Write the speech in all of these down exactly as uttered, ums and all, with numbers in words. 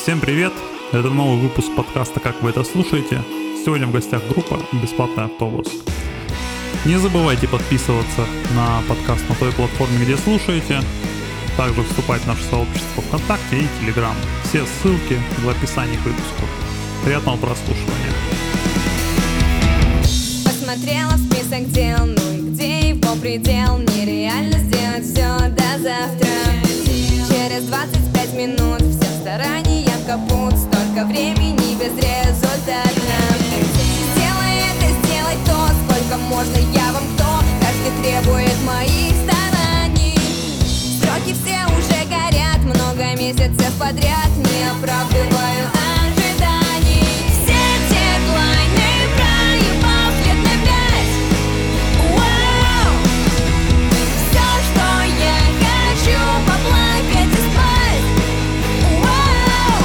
Всем привет! Это новый выпуск подкаста «Как вы это слушаете?». Сегодня в гостях группа «Бесплатный автобус». Не забывайте подписываться на подкаст на той платформе, где слушаете. Также вступать в наше сообщество ВКонтакте и Телеграм. Все ссылки в описании к выпуску. Приятного прослушивания. Посмотрела в список дел, ну и где его предел? Нереально сделать все до завтра. Через двадцать пять минут всем стараниям капут. Столько времени безрезультатно. Сделай это, сделай то, сколько можно, я вам кто? Каждый требует моих стараний. Строки все уже горят, много месяцев подряд. Не оправдываю ожиданий. Все дедлайны проебал лет на пять. Вау! Все, что я хочу, поплакать и спать. Вау!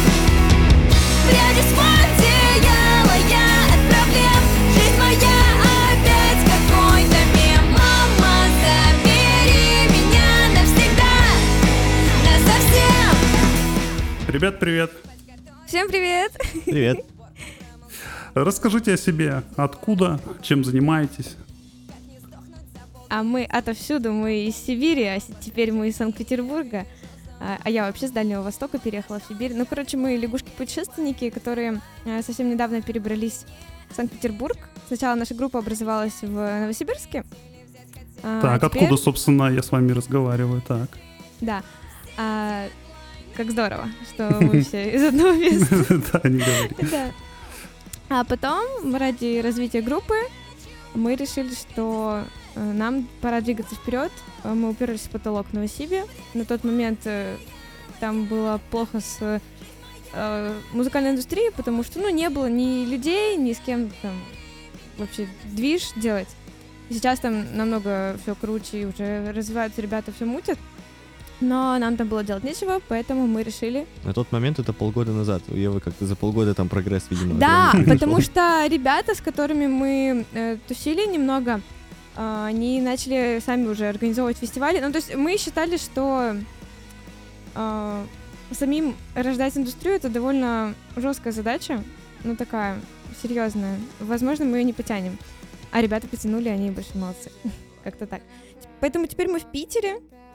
Пряди спотела я от проблем. Жизнь моя опять какой-то мем. Мама, забери меня навсегда, насовсем. Ребят, привет! Всем привет! Привет. Расскажите о себе. Откуда, чем занимаетесь? А мы отовсюду, мы из Сибири, а с- теперь мы из Санкт-Петербурга. А, а я вообще с Дальнего Востока переехала в Сибирь. Ну, короче, мы лягушки-путешественники, которые а, совсем недавно перебрались в Санкт-Петербург. Сначала наша группа образовалась в Новосибирске. а Так, теперь- откуда, собственно, я с вами разговариваю? Так. Да. А, как здорово, что мы все из одного места. Да, не говори. Да. А потом, ради развития группы, мы решили, что э, нам пора двигаться вперед. Э, Мы уперлись в потолок в Новосибе. На тот момент э, там было плохо с э, музыкальной индустрией, потому что, ну, не было ни людей, ни с кем там вообще движ делать. И сейчас там намного все круче, и уже развиваются ребята, все мутят. Но нам там было делать нечего, поэтому мы решили. На тот момент это полгода назад. У Евы как-то за полгода там прогресс, видимо. Да, огромный потому произошел. что ребята, с которыми мы э, тусили немного, э, они начали сами уже организовывать фестивали. Ну, то есть мы считали, что э, самим рождать индустрию — это довольно жесткая задача, ну, такая серьезная. Возможно, мы ее не потянем. А ребята потянули, они большие молодцы. Как-то так. Поэтому теперь мы в Питере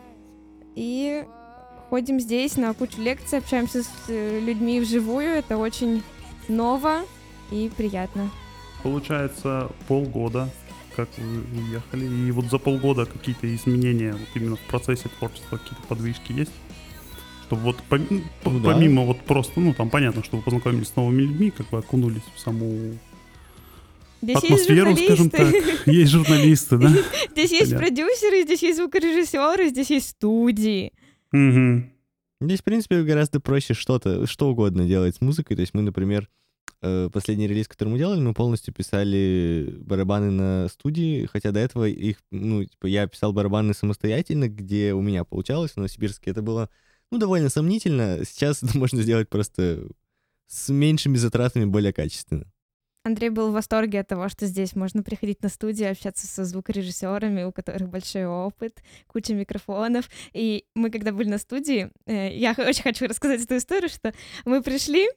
и ходим здесь на кучу лекций, общаемся с э, людьми вживую. Это очень ново и приятно. Получается, полгода, как вы уехали. И вот за полгода какие-то изменения вот именно в процессе творчества, какие-то подвижки есть? Чтобы вот пом- п- Ну да. помимо вот просто, ну там понятно, что вы познакомились с новыми людьми, как вы окунулись в саму Здесь атмосферу, есть скажем журналисты, так. Есть журналисты, да? здесь есть Понятно. продюсеры, здесь есть звукорежиссеры, здесь есть студии. Мгм. Здесь, в принципе, гораздо проще что-то, что угодно делать с музыкой. То есть мы, например, э, последний релиз, который мы делали, мы полностью писали барабаны на студии, хотя до этого их, ну, типа, я писал барабаны самостоятельно, где у меня получалось, в Новосибирске это было, ну, довольно сомнительно. Сейчас это можно сделать просто с меньшими затратами, более качественно. Андрей был в восторге от того, что здесь можно приходить на студию, общаться со звукорежиссерами, у которых большой опыт, куча микрофонов. И мы, когда были на студии, э, я х- очень хочу рассказать эту историю, что мы пришли,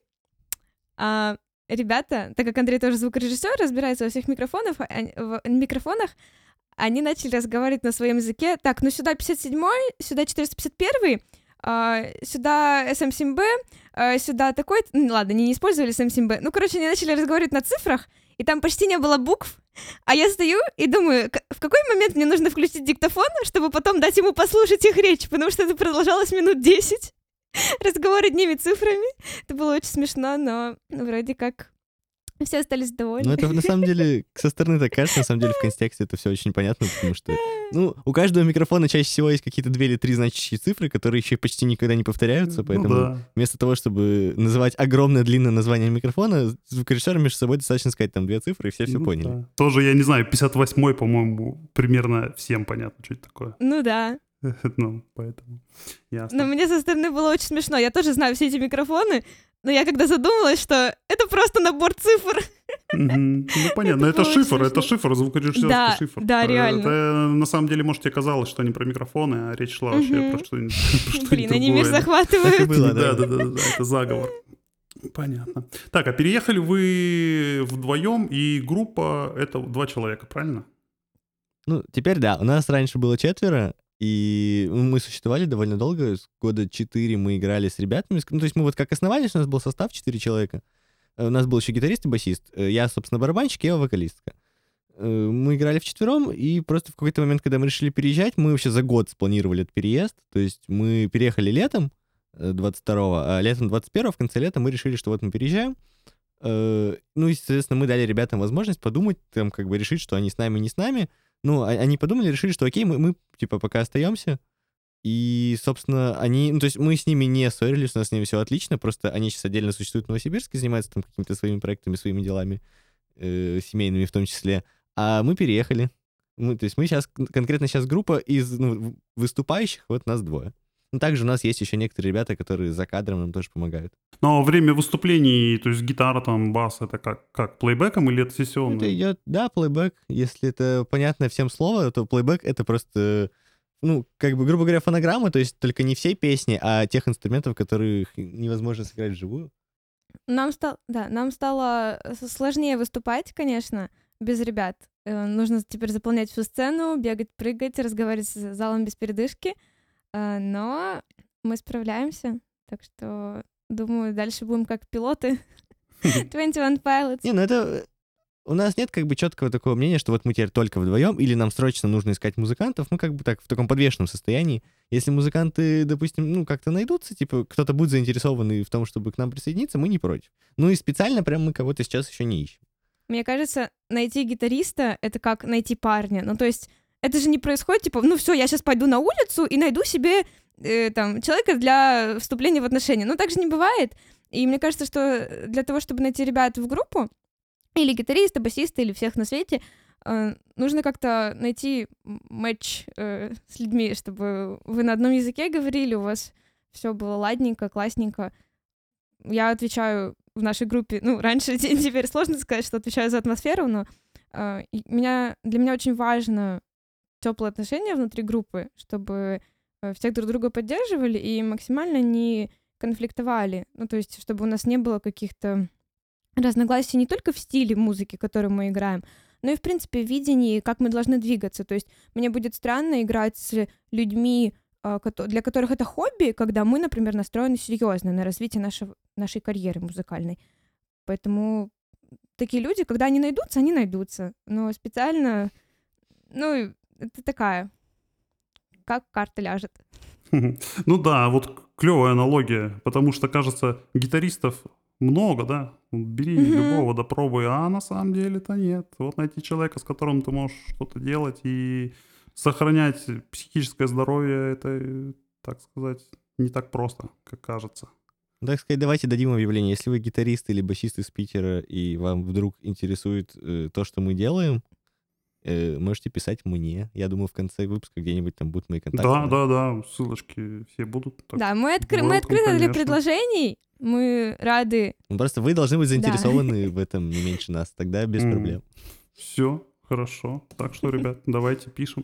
а ребята, так как Андрей тоже звукорежиссер, разбирается во всех микрофонах, они- в микрофонах, они начали разговаривать на своем языке. Так, ну сюда пятьдесят седьмой, сюда четыреста пятьдесят первый, а, сюда эс эм семь би, а, сюда такой... Ну, ладно, они не использовали эс эм семь би. Ну, короче, они начали разговаривать на цифрах, и там почти не было букв. А я стою и думаю, к- в какой момент мне нужно включить диктофон, чтобы потом дать ему послушать их речь, потому что это продолжалось минут десять. Разговор одними цифрами. Это было очень смешно, но вроде как все остались довольны. Ну, это на самом деле, со стороны так кажется, на самом деле в контексте это все очень понятно, потому что, ну, у каждого микрофона чаще всего есть какие-то две или три значащие цифры, которые еще почти никогда не повторяются, Ну поэтому да. вместо того, чтобы называть огромное длинное название микрофона, звукорежиссерам между собой достаточно сказать там две цифры, и все все Ну поняли. да. Тоже, я не знаю, пятьдесят восьмой, по-моему, примерно всем понятно, что это такое. Ну да. Ну, поэтому Но ясно. мне со стороны было очень смешно. Я тоже знаю все эти микрофоны, но я когда задумалась, что это просто набор цифр. Мгм. Ну, понятно. Это Это было очень шифр, это смешно. шифр, звукорежиссерский Да, шифр. да, Э, реально. Это на самом деле, может, тебе казалось, что они про микрофоны, а речь шла вообще про Мгм. что-нибудь про что-нибудь Блин, они мир другое. да. Так и захватывают. было, Да, да. да, да, да, да, это заговор. Понятно. Так, а переехали вы вдвоем, и группа — это два человека, правильно? Ну, теперь да, у нас раньше было четверо, и ну, мы существовали довольно долго, с года четыре мы играли с ребятами, с- ну, то есть мы вот как основались, у нас был состав четыре человека, Э, у нас был еще гитарист и басист, Э, я, собственно, барабанщик, Ева вокалистка. Э, Мы играли вчетвером, и просто в какой-то момент, когда мы решили переезжать, мы вообще за год спланировали этот переезд, то есть мы переехали летом э, двадцать второго, а летом двадцать первого, в конце лета мы решили, что вот мы переезжаем. Э, Ну и, соответственно, мы дали ребятам возможность подумать, там, как бы решить, что они с нами, не с нами. Ну, а- они подумали, решили, что окей, мы, мы типа, пока остаемся. И, собственно, они... Ну, то есть мы с ними не ссорились, у нас с ними все отлично, просто они сейчас отдельно существуют в Новосибирске, занимаются там какими-то своими проектами, своими делами, э, семейными в том числе. А мы переехали. Мы, то есть мы сейчас, конкретно сейчас группа из ну, в- выступающих, вот нас двое. Ну, также у нас есть еще некоторые ребята, которые за кадром нам тоже помогают. Но время выступлений, то есть гитара, там, бас, это как, как плейбеком или это Ну, это сессионным? идет, да, плейбэк. Если это понятно всем слово, то плейбэк — это просто, ну, как бы, грубо говоря, фонограмма, то есть только не всей песни, а тех инструментов, которых невозможно сыграть вживую. Нам стало, да, нам стало э, с- сложнее выступать, конечно, без ребят. Э, Нужно теперь заполнять всю сцену, бегать, прыгать, разговаривать с залом без передышки. Э, Но мы справляемся, так что, думаю, дальше будем как пилоты двадцать один Pilots. Не, ну это... У нас нет как бы четкого такого мнения, что вот мы теперь только вдвоем, или нам срочно нужно искать музыкантов. Мы как бы так в таком подвешенном состоянии. Если музыканты, допустим, ну как-то найдутся, типа кто-то будет заинтересованный в том, чтобы к нам присоединиться, мы не против. Ну и специально прям мы кого-то сейчас еще не ищем. Мне кажется, найти гитариста — это как найти парня. Ну, то есть это же не происходит, типа, ну все, я сейчас пойду на улицу и найду себе э, там человека для вступления в отношения. Ну, так же не бывает. И мне кажется, что для того, чтобы найти ребят в группу, или гитариста, басиста, или всех на свете, э, нужно как-то найти м- матч э, с людьми, чтобы вы на одном языке говорили, у вас все было ладненько, классненько. Я отвечаю в нашей группе, ну, раньше, те- теперь сложно сказать, что отвечаю за атмосферу, но э, и меня, для меня очень важно теплые отношения внутри группы, чтобы э, всех друг друга поддерживали и максимально не конфликтовали. Ну, то есть, чтобы у нас не было каких-то разногласий не только в стиле музыки, которую мы играем, но и, в принципе, в видении, как мы должны двигаться. То есть мне будет странно играть с людьми, а, кото- для которых это хобби, когда мы, например, настроены серьезно на развитие нашего, нашей карьеры музыкальной. Поэтому такие люди, когда они найдутся, они найдутся. Но специально, ну, это такая, как карта ляжет. Ну да, вот клевая аналогия, потому что, кажется, гитаристов много, да? Вот бери Мгм. любого, да пробуй, а на самом деле-то нет. Вот найти человека, с которым ты можешь что-то делать и сохранять психическое здоровье, это, э, так сказать, не так просто, как кажется. Так сказать, давайте дадим объявление. Если вы гитарист или басист из Питера, и вам вдруг интересует э, то, что мы делаем, э, можете писать мне. Я думаю, в конце выпуска где-нибудь там будут мои контакты. Да, да, да, ссылочки все будут. так Да, мы, откры- мы welcome, открыты для конечно. предложений, мы рады. Ну, просто вы должны быть Да. заинтересованы в этом не меньше нас. Тогда без Мгм. проблем. Все, хорошо. Так что, ребят, давайте пишем.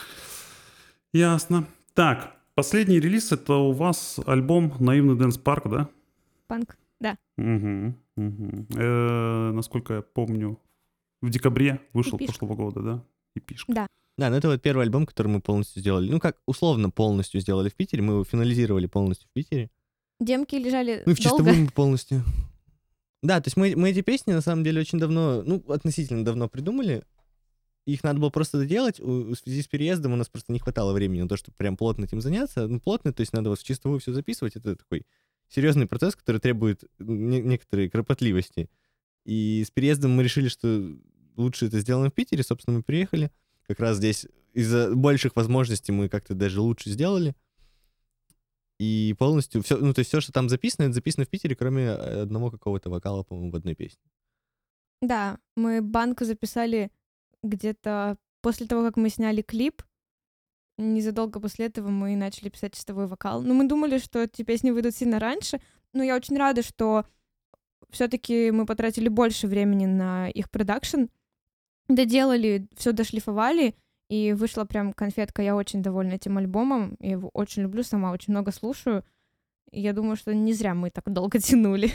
Ясно. Так, последний релиз — это у вас альбом «Наивный Дэнс Парк», да? Панк, да. Угу, угу. Насколько я помню, в декабре вышел Эпишка. прошлого года, да? Эпишка. Да. Да, ну это вот первый альбом, который мы полностью сделали. Ну, как условно полностью сделали в Питере. Мы его финализировали полностью в Питере. Демки лежали Ну и в долго. чистовую полностью. Да, то есть мы, мы эти песни на самом деле очень давно, ну, относительно давно придумали. Их надо было просто доделать. У- В связи с переездом у нас просто не хватало времени на то, чтобы прям плотно этим заняться. Ну, плотно, то есть надо вот в чистовую все записывать. Это такой серьезный процесс, который требует не- некоторой кропотливости. И с переездом мы решили, что лучше это сделаем в Питере. Собственно, мы приехали. Как раз здесь из-за больших возможностей мы как-то даже лучше сделали. И полностью все, ну, то есть все, что там записано, это записано в Питере, кроме одного какого-то вокала, по-моему, в одной песне. Да, мы банку записали где-то после того, как мы сняли клип. незадолго после этого мы начали писать чистовой вокал. Но мы думали, что эти песни выйдут сильно раньше, но я очень рада, что все-таки мы потратили больше времени на их продакшн, доделали, все дошлифовали, и вышла прям конфетка. Я очень довольна этим альбомом, я его очень люблю сама, очень много слушаю. И я думаю, что не зря мы так долго тянули.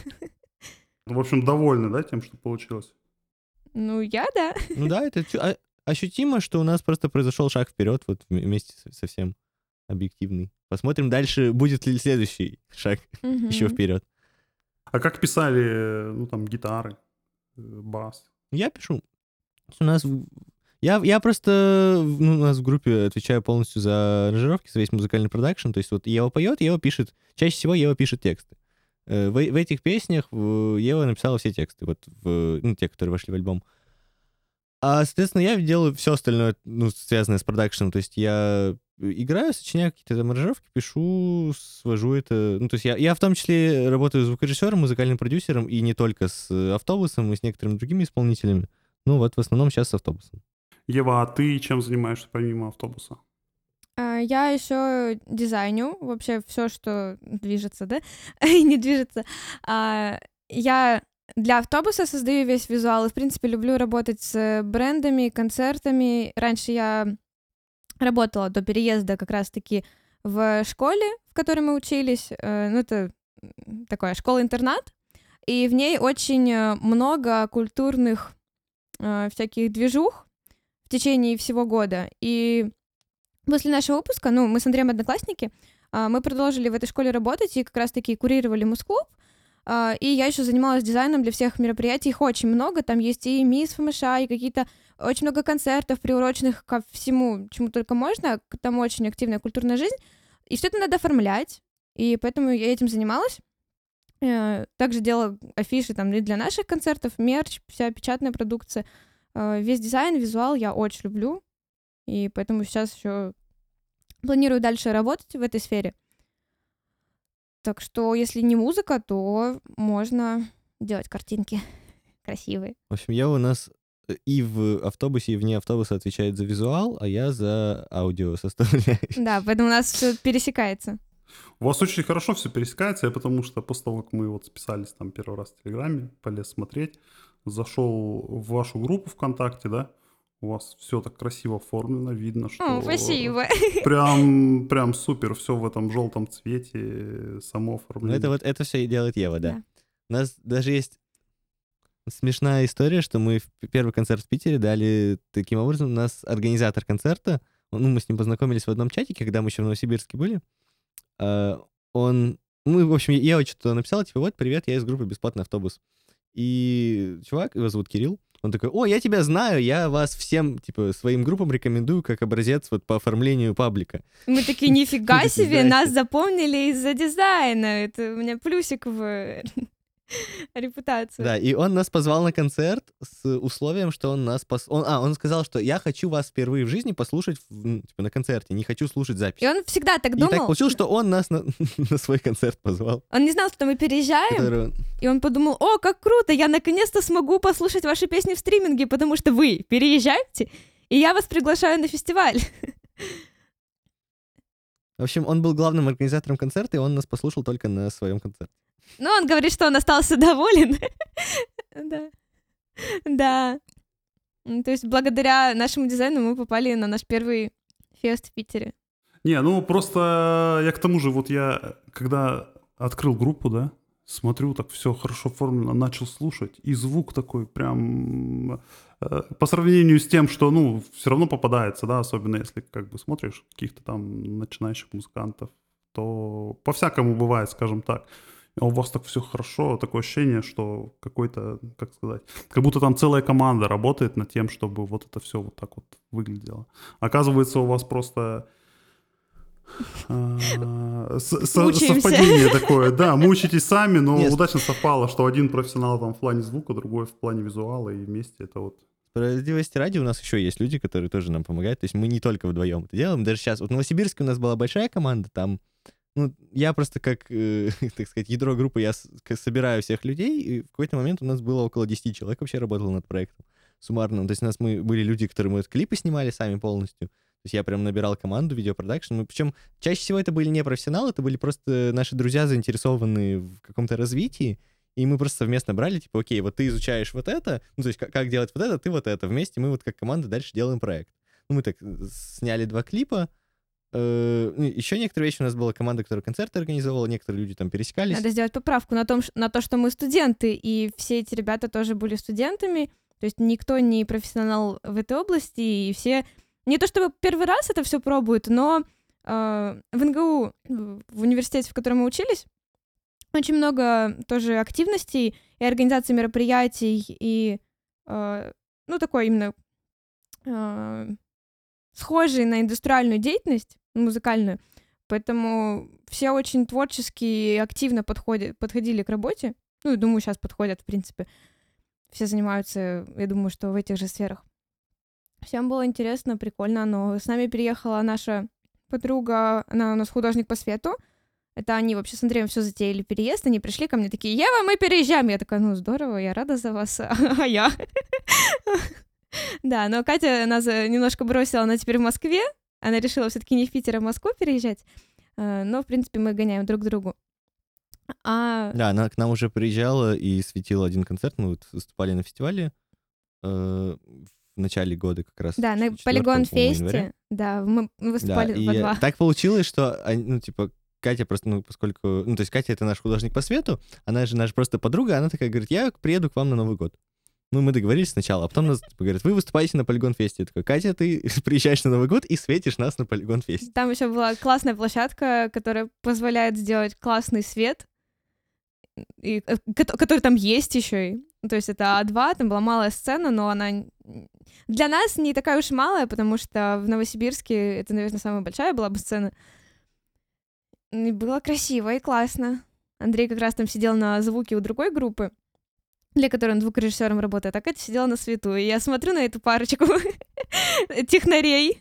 В общем, довольны, да, тем, что получилось? Ну, я да. Ну да, это чу- а- ощутимо, что у нас просто произошел шаг вперед вот вм- вместе со со всем объективный. Посмотрим дальше, будет ли следующий шаг Мгм. еще вперед. А как писали, ну, там, гитары, э, бас? Я пишу. У нас в- я, я просто ну, у нас в группе отвечаю полностью за аранжировки, за весь музыкальный продакшн. То есть вот Ева поет, Ева пишет. Чаще всего Ева пишет тексты. Э, В, в этих песнях в- Ева написала все тексты, вот в, ну, те, которые вошли в альбом. А, соответственно, я делаю все остальное, ну, связанное с продакшеном. То есть я играю, сочиняю какие-то там аранжировки, пишу, свожу это. Ну, то есть я, я в том числе работаю звукорежиссером, музыкальным продюсером, и не только с э, автобусом, и с некоторыми другими исполнителями. Ну, вот в основном сейчас с автобусом. Ева, а ты чем занимаешься помимо автобуса? А, Я еще дизайню вообще все, что движется, да, и не движется. А, Я для автобуса создаю весь визуал. И, в принципе, люблю работать с брендами, концертами. Раньше я работала до переезда как раз-таки в школе, в которой мы учились. Э, Ну, это м, такая школа-интернат. И в ней очень э, много культурных э, всяких движух в течение всего года. И после нашего выпуска, ну, мы с Андреем одноклассники, а, мы продолжили в этой школе работать и как раз-таки курировали музклуб. А, И я еще занималась дизайном для всех мероприятий. Их очень много. Там есть и мисс ФМШ, и какие-то очень много концертов, приуроченных ко всему, чему только можно. К- Там очень активная культурная жизнь. И все это надо оформлять. И поэтому я этим занималась. Э, Также делала афиши там и для наших концертов, мерч, вся печатная продукция. Э, Весь дизайн, визуал я очень люблю. И поэтому сейчас еще планирую дальше работать в этой сфере. Так что, если не музыка, то можно делать картинки красивые. В общем, я у нас э, и в автобусе, и вне автобуса отвечает за визуал, а я за аудио составляю. Да, поэтому у нас все пересекается. У вас очень хорошо все пересекается, я потому что после того, как мы вот списались там первый раз в Телеграме, полез смотреть, зашел в вашу группу ВКонтакте, да, у вас все так красиво оформлено, видно, что О, спасибо. прям, прям супер, все в этом желтом цвете, само Ну, оформление. это вот это все и делает Ева, да. Да. У нас даже есть смешная история, что мы в первый концерт в Питере дали таким образом. У нас организатор концерта, ну, мы с ним познакомились в одном чатике, когда мы еще в Новосибирске были. А, Он, ну, в общем, Ева что-то написала, типа, вот, привет, я из группы «Бесплатный автобус». И чувак, его зовут Кирилл, он такой, о, я тебя знаю, я вас всем, типа, своим группам рекомендую как образец вот по оформлению паблика. Мы такие, нифига Вы себе, знаете. нас запомнили из-за дизайна. Это у меня плюсик в репутацию. Да, и он нас позвал на концерт с условием, что он нас... Пос... Он, а, он сказал, что я хочу вас впервые в жизни послушать в- ну, типа, на концерте, не хочу слушать запись. И он всегда так И так думал. получилось, что он нас на, на свой концерт позвал. Он не знал, что мы переезжаем, который он- и он подумал, о, как круто, я наконец-то смогу послушать ваши песни в стриминге, потому что вы переезжаете, и я вас приглашаю на фестиваль. В общем, он был главным организатором концерта, и он нас послушал только на своем концерте. Ну, он говорит, что он остался доволен. Да. Да. М, То есть благодаря нашему дизайну мы попали на наш первый фест в Питере. Не, ну просто я к тому же, вот я, когда открыл группу, да, смотрю, так все хорошо оформлено, начал слушать, и звук такой прям э, по сравнению с тем, что, ну, все равно попадается, да, особенно если как бы смотришь каких-то там начинающих музыкантов, то по-всякому бывает, скажем так. А у вас так все хорошо, такое ощущение, что какой-то, как сказать, как будто там целая команда работает над тем, чтобы вот это все вот так вот выглядело. Оказывается, у вас просто а, с- со- Мучаемся. совпадение такое. Да, мучитесь сами, но Нет. удачно совпало, что один профессионал там в плане звука, другой в плане визуала, и вместе это вот... Справедливости ради, у нас еще есть люди, которые тоже нам помогают. То есть мы не только вдвоем это делаем. Даже сейчас, вот в Новосибирске у нас была большая команда, там, ну, я просто как, э, так сказать, ядро группы, я с- к- собираю всех людей, и в какой-то момент у нас было около десяти человек вообще работало над проектом суммарно. То есть у нас мы были люди, которые мы вот клипы снимали сами полностью. То есть я прям набирал команду видеопродакшн. Мы, причем чаще всего это были не профессионалы, это были просто наши друзья, заинтересованные в каком-то развитии, и мы просто совместно брали, типа, окей, вот ты изучаешь вот это, ну, то есть как, как делать вот это, ты вот это. Вместе мы вот как команда дальше делаем проект. Ну, мы так сняли два клипа. Э, ну, еще некоторые вещи у нас была команда, которая концерты организовывала, некоторые люди там пересекались. Надо сделать поправку на, том, ш- на то, что мы студенты, и все эти ребята тоже были студентами, то есть никто не профессионал в этой области, и все... Не то чтобы первый раз это все пробуют, но э, в эн гэ у, в университете, в котором мы учились, очень много тоже активностей и организации мероприятий, и, э, ну, такой именно э, схожий на индустриальную деятельность, музыкальную. Поэтому все очень творчески и активно подходят, подходили к работе. Ну, и думаю, сейчас подходят, в принципе. Все занимаются, я думаю, что в этих же сферах. Всем было интересно, прикольно. Но с нами переехала наша подруга, она у нас художник по свету. Это они вообще с Андреем все затеяли переезд, они пришли ко мне такие: Ева, мы переезжаем. Я такая: ну, здорово, я рада за вас. А я? Да, но Катя нас немножко бросила, она теперь в Москве. Она решила все-таки не в Питер, а в Москву переезжать. Но, в принципе, мы гоняем друг к другу. А... Да, она к нам уже приезжала и светила один концерт. Мы вот выступали на фестивале э, в начале года как раз. Да, на Полигон Фесте. Да, мы выступали да, во и два. Так получилось, что, ну, типа, Катя просто, ну, поскольку... Ну, то есть Катя — это наш художник по свету, она же наша просто подруга, она такая говорит: я приеду к вам на Новый год. Ну, мы договорились сначала, а потом нас типа, говорят: вы выступаете на Полигон Фесте. Я такой: Катя, ты приезжаешь на Новый год и светишь нас на Полигон Фесте. Там еще была классная площадка, которая позволяет сделать классный свет, и, который там есть еще и. То есть это А два, там была малая сцена, но она для нас не такая уж малая, потому что в Новосибирске это, наверное, самая большая была бы сцена. И было красиво и классно. Андрей как раз там сидел на звуке у другой группы, для которой он звукорежиссером работает, а Катя сидела на свету. И я смотрю на эту парочку технарей.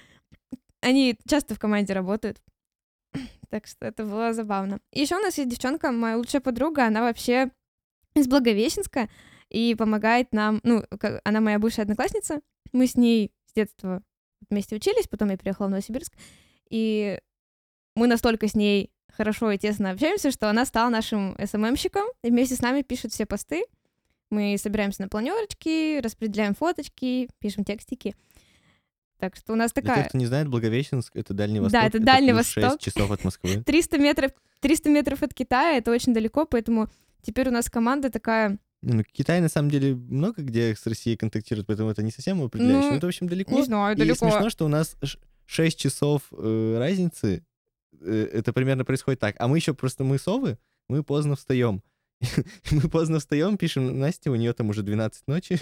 Они часто в команде работают. Так что это было забавно. И еще у нас есть девчонка, моя лучшая подруга, она вообще из Благовещенска и помогает нам, ну, она моя бывшая одноклассница, мы с ней с детства вместе учились, потом я переехала в Новосибирск, и мы настолько с ней хорошо и тесно общаемся, что она стала нашим эс эм эм-щиком, и вместе с нами пишет все посты, мы собираемся на планерочки, распределяем фоточки, пишем текстики. Так что у нас такая... Для тех, кто не знает, Благовещенск — это Дальний Восток. Да, это, это Дальний Восток. шесть часов от Москвы. триста метров, триста метров от Китая, это очень далеко, поэтому теперь у нас команда такая... Ну, Китай, на самом деле, много где с Россией контактирует, поэтому это не совсем определяюще. Ну, Но это, в общем, далеко. Не знаю, И далеко. смешно, что у нас шесть часов э, разницы. Э, это примерно происходит так. А мы еще просто, мы совы, мы поздно встаем. Мы поздно встаем, пишем Насте, у нее там уже двенадцать ночи.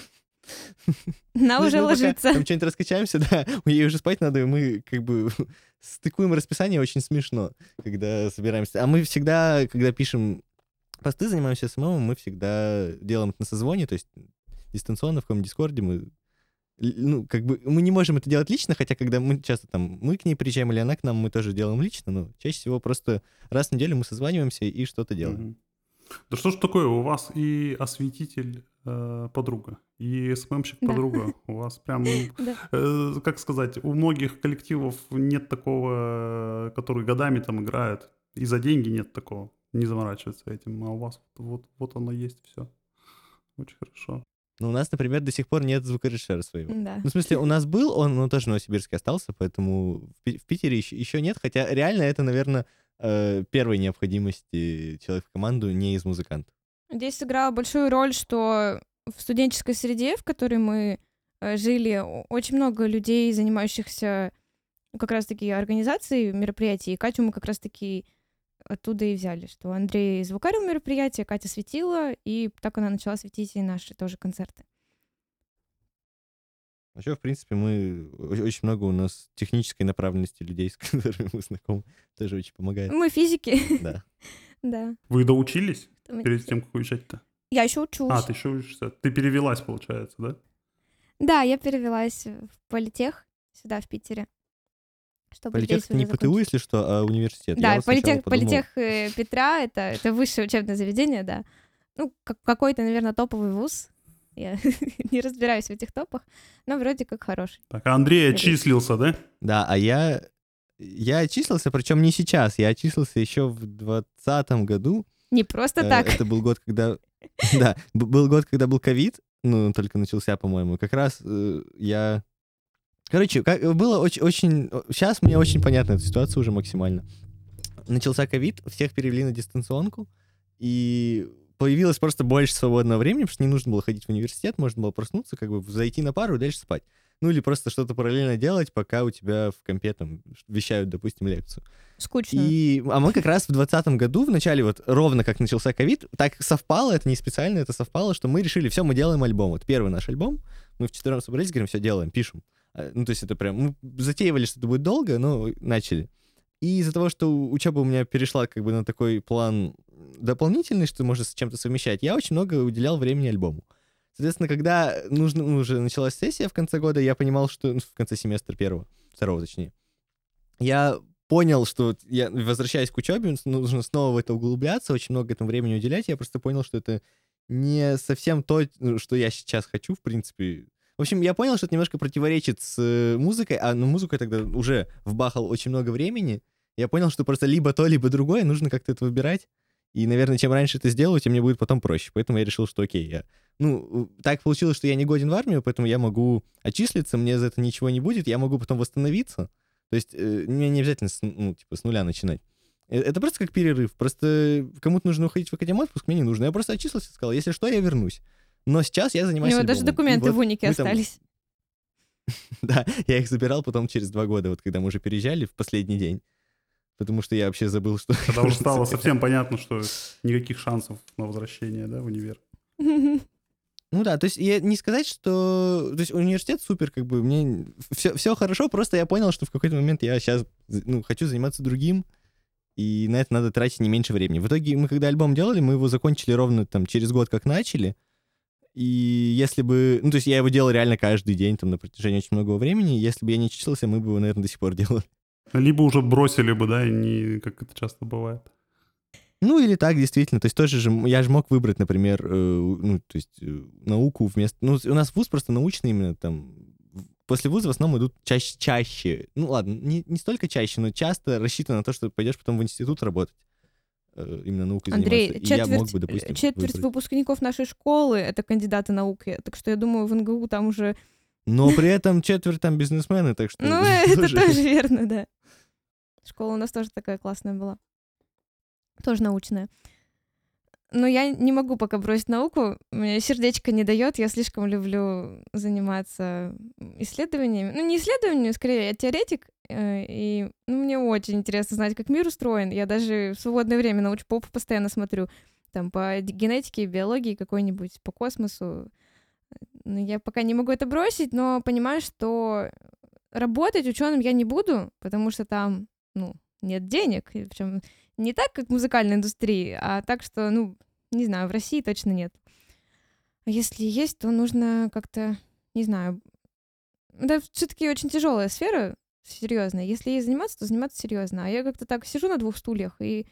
Она уже ложится. Там что-нибудь раскачаемся, да, ей уже спать надо, и мы как бы стыкуем расписание, очень смешно, когда собираемся. А мы всегда, когда пишем посты, занимаемся эс эм эм, мы всегда делаем это на созвоне, то есть дистанционно в каком-нибудь дискорде мы, ну, как бы, мы не можем это делать лично, хотя когда мы часто там, мы к ней приезжаем или она к нам, мы тоже делаем лично, но чаще всего просто раз в неделю мы созваниваемся и что-то делаем. Угу. Да что ж такое, у вас и осветитель э, подруга, и эс эм эм-щик Да. подруга. У вас прям, Да. э, как сказать, у многих коллективов нет такого, который годами там играет, и за деньги нет такого, не заморачиваться этим, а у вас вот, вот оно есть, все. Очень хорошо. Но у нас, например, до сих пор нет звукорежиссера своего. Да. Ну, в смысле, у нас был, он, но тоже в Новосибирске остался, поэтому в, Пи- в Питере еще, еще нет, хотя реально это, наверное, э, первой необходимости человека в команду не из музыкантов. Здесь сыграла большую роль, что в студенческой среде, в которой мы э, жили, о- очень много людей, занимающихся ну, как раз-таки организацией мероприятий, и Катю мы как раз-таки оттуда и взяли, что Андрей звукарил мероприятие, Катя светила, и так она начала светить и наши тоже концерты. Вообще, в принципе, мы о- очень много у нас технической направленности людей, с которыми мы знакомы, тоже очень помогает. Мы физики. Да. Да. Вы доучились Мы- перед тем, как уезжать-то? Я еще учусь. А, ты еще учишься. Ты перевелась, получается, да? Да, я перевелась в политех сюда, в Питере. Чтобы Политех — здесь это не уже ПТУ, закончить. если что, а университет. Я Да, вот сначала политех, подумал, политех э, Петра это, это высшее учебное заведение, да. Ну, как, какой-то, наверное, топовый вуз. Я не разбираюсь в этих топах, но вроде как хороший. Так, а Андрей Релиз. отчислился, да? Да, а я, я отчислился, причем не сейчас, я отчислился еще в двадцатом году. Не просто Э, так. Это был год, когда... Да, б- был год, когда был ковид, ну, он только начался, по-моему. Как раз э, я... Короче, как, было очень, очень... Сейчас мне очень понятна эта ситуация уже максимально. Начался ковид, всех перевели на дистанционку, и появилось просто больше свободного времени, потому что не нужно было ходить в университет, можно было проснуться, как бы зайти на пару и дальше спать. Ну, или просто что-то параллельно делать, пока у тебя в компе там вещают, допустим, лекцию. Скучно. И, а мы как раз в двадцатом году, в начале, вот ровно как начался ковид, так совпало, это не специально, это совпало, что мы решили, все, мы делаем альбом. Вот первый наш альбом, мы вчетвером собрались, говорим, все, делаем, пишем. А, Ну, то есть это прям, мы затеивали, что это будет долго, но начали. И из-за того, что учеба у меня перешла как бы на такой план дополнительный, что можно с чем-то совмещать, я очень много уделял времени альбому. Соответственно, когда нужно, ну, уже началась сессия в конце года, я понимал, что... Ну, в конце семестра первого, второго точнее. Я понял, что вот я, возвращаясь к учебе, нужно снова в это углубляться, очень много этому времени уделять. Я просто понял, что это не совсем то, ну, что я сейчас хочу, в принципе. В общем, я понял, что это немножко противоречит с э, музыкой, а на музыку я тогда уже вбахал очень много времени. Я понял, что просто либо то, либо другое, нужно как-то это выбирать. И, наверное, чем раньше это сделаю, тем мне будет потом проще. Поэтому я решил, что окей, я... Ну, так получилось, что я не годен в армию, поэтому я могу отчислиться, мне за это ничего не будет, я могу потом восстановиться. То есть э, мне не обязательно с, ну, типа, с нуля начинать. Э, Это просто как перерыв. Просто кому-то нужно уходить в академию отпуск, мне не нужно. Я просто отчислился и сказал, если что, я вернусь. Но сейчас я У занимаюсь него даже альбомом. И документы вот в унике мы там- остались. Да, я их забирал потом через два года, вот когда мы уже переезжали в последний день. Потому что я вообще забыл, что... Когда уже стало совсем понятно, что никаких шансов на возвращение, да, в универ. Ну да, то есть я не сказать, что... То есть университет супер, как бы, мне все, все хорошо, просто я понял, что в какой-то момент я сейчас, ну, хочу заниматься другим, и на это надо тратить не меньше времени. В итоге мы, когда альбом делали, мы его закончили ровно там через год, как начали, и если бы... Ну, то есть я его делал реально каждый день, там, на протяжении очень многого времени, если бы я не числился, мы бы его, наверное, до сих пор делали. Либо уже бросили бы, да, и не, как это часто бывает. Ну, или так, действительно. То есть тоже же, я же мог выбрать, например, э, ну, то есть э, науку вместо... Ну, у нас вуз просто научный именно там. В- После вуза в основном идут чаще, чаще. Ну, ладно, не, не столько чаще, но часто рассчитано на то, что пойдешь потом в институт работать. э, Именно наукой Андрей, заниматься. И я мог четверть, бы, допустим, четверть выбрать. выпускников нашей школы — это кандидаты науки, так что я думаю, в эн гэ у там уже... Но при этом четверть там бизнесмены, так что... Ну, это тоже верно, да. Школа у нас тоже такая классная была. Тоже научная. Но я не могу пока бросить науку. Мне сердечко не дает. Я слишком люблю заниматься исследованиями. Ну, не исследованиями, скорее, я теоретик. э, И ну, мне очень интересно знать, как мир устроен. Я даже в свободное время научпоп постоянно смотрю. Там по д- генетике, биологии какой-нибудь, по космосу. Ну, я пока не могу это бросить, но понимаю, что работать ученым я не буду, потому что там, ну, нет денег. Причем не так, как в музыкальной индустрии, а так, что, ну, не знаю, в России точно нет. А если есть, то нужно как-то, не знаю, это все-таки очень тяжелая сфера, серьезная. Если ей заниматься, то заниматься серьезно. А я как-то так сижу на двух стульях и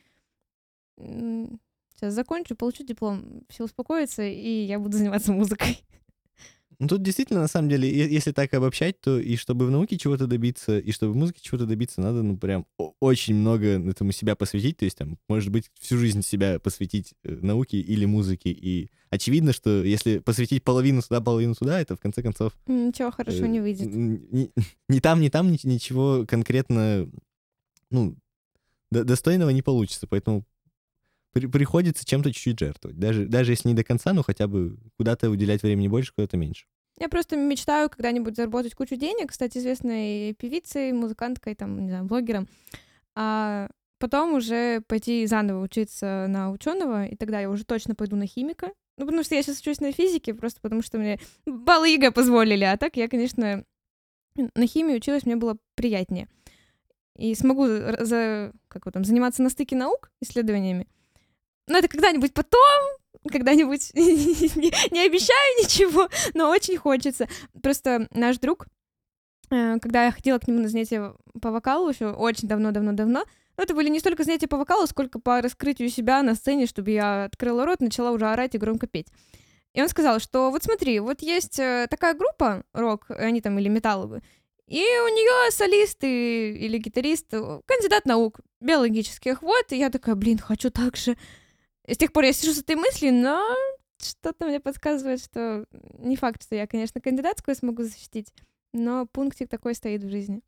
м, сейчас закончу, получу диплом, все успокоится, и я буду заниматься музыкой. Ну, тут действительно, на самом деле, е- если так обобщать, то и чтобы в науке чего-то добиться, и чтобы в музыке чего-то добиться, надо, ну, прям о- очень много этому себя посвятить. То есть, там, может быть, всю жизнь себя посвятить э, науке или музыке. И очевидно, что если посвятить половину туда, половину туда, это, в конце концов... Ничего хорошо э, не выйдет. н- Ни, ни там, ни там ни- ничего конкретно, ну, до- достойного не получится. Поэтому при- приходится чем-то чуть-чуть жертвовать. Даже, даже если не до конца, но хотя бы куда-то уделять времени больше, куда-то меньше. Я просто мечтаю когда-нибудь заработать кучу денег, стать известной певицей, музыканткой, там, не знаю, блогером, а потом уже пойти заново учиться на ученого, и тогда я уже точно пойду на химика. Ну, потому что я сейчас учусь на физике, просто потому что мне баллы ЕГЭ позволили, а так я, конечно, на химии училась, мне было приятнее. И смогу за, за- как его там, заниматься на стыке наук, исследованиями. Но это когда-нибудь потом, когда-нибудь не, не обещаю ничего, но очень хочется. Просто наш друг, э, когда я ходила к нему на занятия по вокалу еще очень давно-давно-давно, ну, это были не столько занятия по вокалу, сколько по раскрытию себя на сцене, чтобы я открыла рот, начала уже орать и громко петь. И он сказал, что вот смотри, вот есть э, такая группа, рок, они там или металловые, и у нее солист и- или гитарист, э, кандидат наук биологических, вот, и я такая, блин, хочу так же. И с тех пор я сижу с этой мыслью, но что-то мне подсказывает, что не факт, что я, конечно, кандидатскую смогу защитить, но пунктик такой стоит в жизни.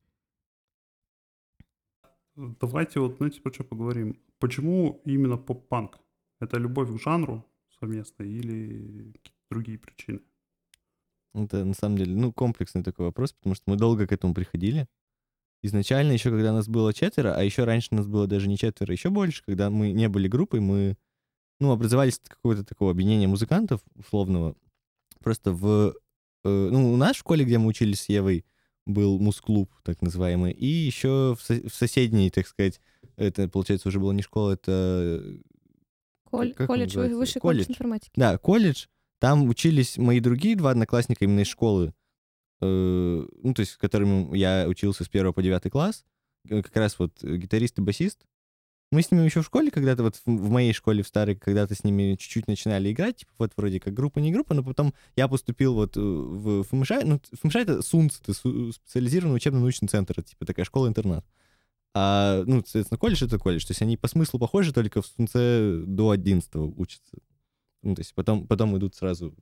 Давайте вот, знаете, про что поговорим. Почему именно поп-панк? Это любовь к жанру совместная или какие-то другие причины? Это на самом деле, ну, комплексный такой вопрос, потому что мы долго к этому приходили. Изначально, еще когда нас было четверо, а еще раньше нас было даже не четверо, еще больше, когда мы не были группой, мы, ну, образовались от какого-то такого объединения музыкантов условного. Просто в, э, ну, у нас в школе, где мы учились с Евой, был муз-клуб, так называемый, и еще в, со- в соседней, так сказать, это, получается, уже была не школа, это... Коль- как он колледж, называется? высший колледж Колледж. информатики. Да, колледж. Там учились мои другие два одноклассника именно из школы, э, ну, то есть с которыми я учился с первого по девятый класс, э, как раз вот э, гитарист и басист. Мы с ними еще в школе когда-то, вот в, в моей школе в старой, когда-то с ними чуть-чуть начинали играть, типа вот вроде как группа, не группа, но потом я поступил вот э, в ФМШ, ну, ФМШ — это СУНЦ, это су- специализированный учебно-научный центр, это типа такая школа-интернат. А, ну, соответственно, колледж — это колледж, то есть они по смыслу похожи, только в СУНЦе до одиннадцатого учатся. Ну, то есть потом, потом идут сразу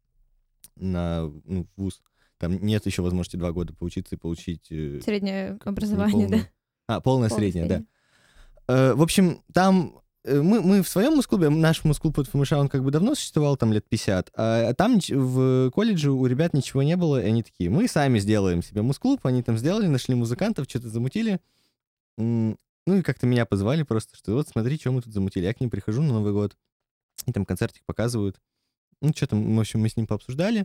на, ну, в вуз. Там нет еще возможности два года поучиться и получить... э, Среднее как-то образование, неполную- да. А, полное Полное среднее, да. среднее. Э, В общем, там э, мы, мы в своем музклубе, наш музклуб под ФМШ, он как бы давно существовал, там лет пятьдесят, а, а там нич- в колледже у ребят ничего не было, и они такие, мы сами сделаем себе музклуб, они там сделали, нашли музыкантов, что-то замутили. М, Ну и как-то меня позвали просто, что вот смотри, что мы тут замутили. Я к ним прихожу на Новый год, и там концертик показывают. Ну, что там, в общем, мы с ним пообсуждали.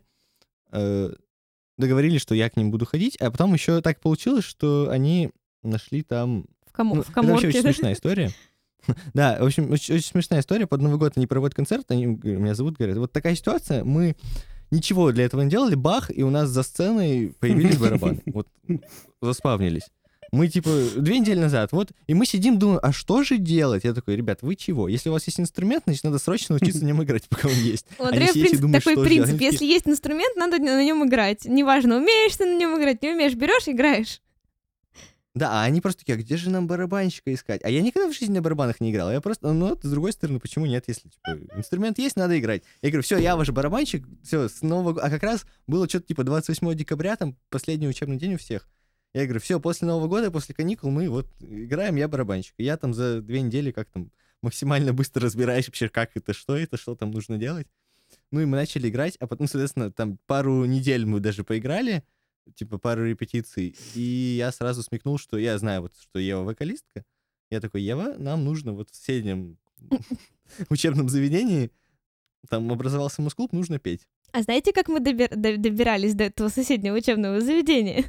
э, Договорились, что я к ним буду ходить, а потом еще так получилось, что они нашли там... В, комо- Ну, в это вообще коморке. очень да. смешная история. Да, в общем, очень, очень смешная история. Под Новый год они проводят концерт, они говорят, меня зовут, говорят, вот такая ситуация, мы ничего для этого не делали, бах, и у нас за сценой появились барабаны. Вот заспавнились. Мы, типа, две недели назад, вот, и мы сидим, думаем, а что же делать? Я такой, ребят, вы чего? Если у вас есть инструмент, значит, надо срочно научиться на нем играть, пока он есть. У А не Андрея, в сидеть и принципе, думать, такой что же принцип. делать. Они Если есть инструмент, надо на нем играть. Неважно, умеешь ты на нем играть, не умеешь, берешь, играешь. Да, а они просто такие, а где же нам барабанщика искать? А я никогда в жизни на барабанах не играл. Я просто, ну, вот, с другой стороны, почему нет, если, типа, инструмент есть, надо играть. Я говорю, все, я ваш барабанщик, все, с Нового года. А как раз было что-то, типа, двадцать восьмого декабря, там, последний учебный день у всех. Я говорю, все, после Нового года, после каникул мы вот играем, я барабанщик. И я там за две недели как там максимально быстро разбираюсь вообще, как это, что это, что там нужно делать. Ну, и мы начали играть, а потом, соответственно, там пару недель мы даже поиграли, типа пару репетиций, и я сразу смекнул, что я знаю, вот, что Ева вокалистка. Я такой, Ева, нам нужно вот в соседнем учебном заведении, там образовался музклуб, нужно петь. А знаете, как мы добир- до- добирались до этого соседнего учебного заведения?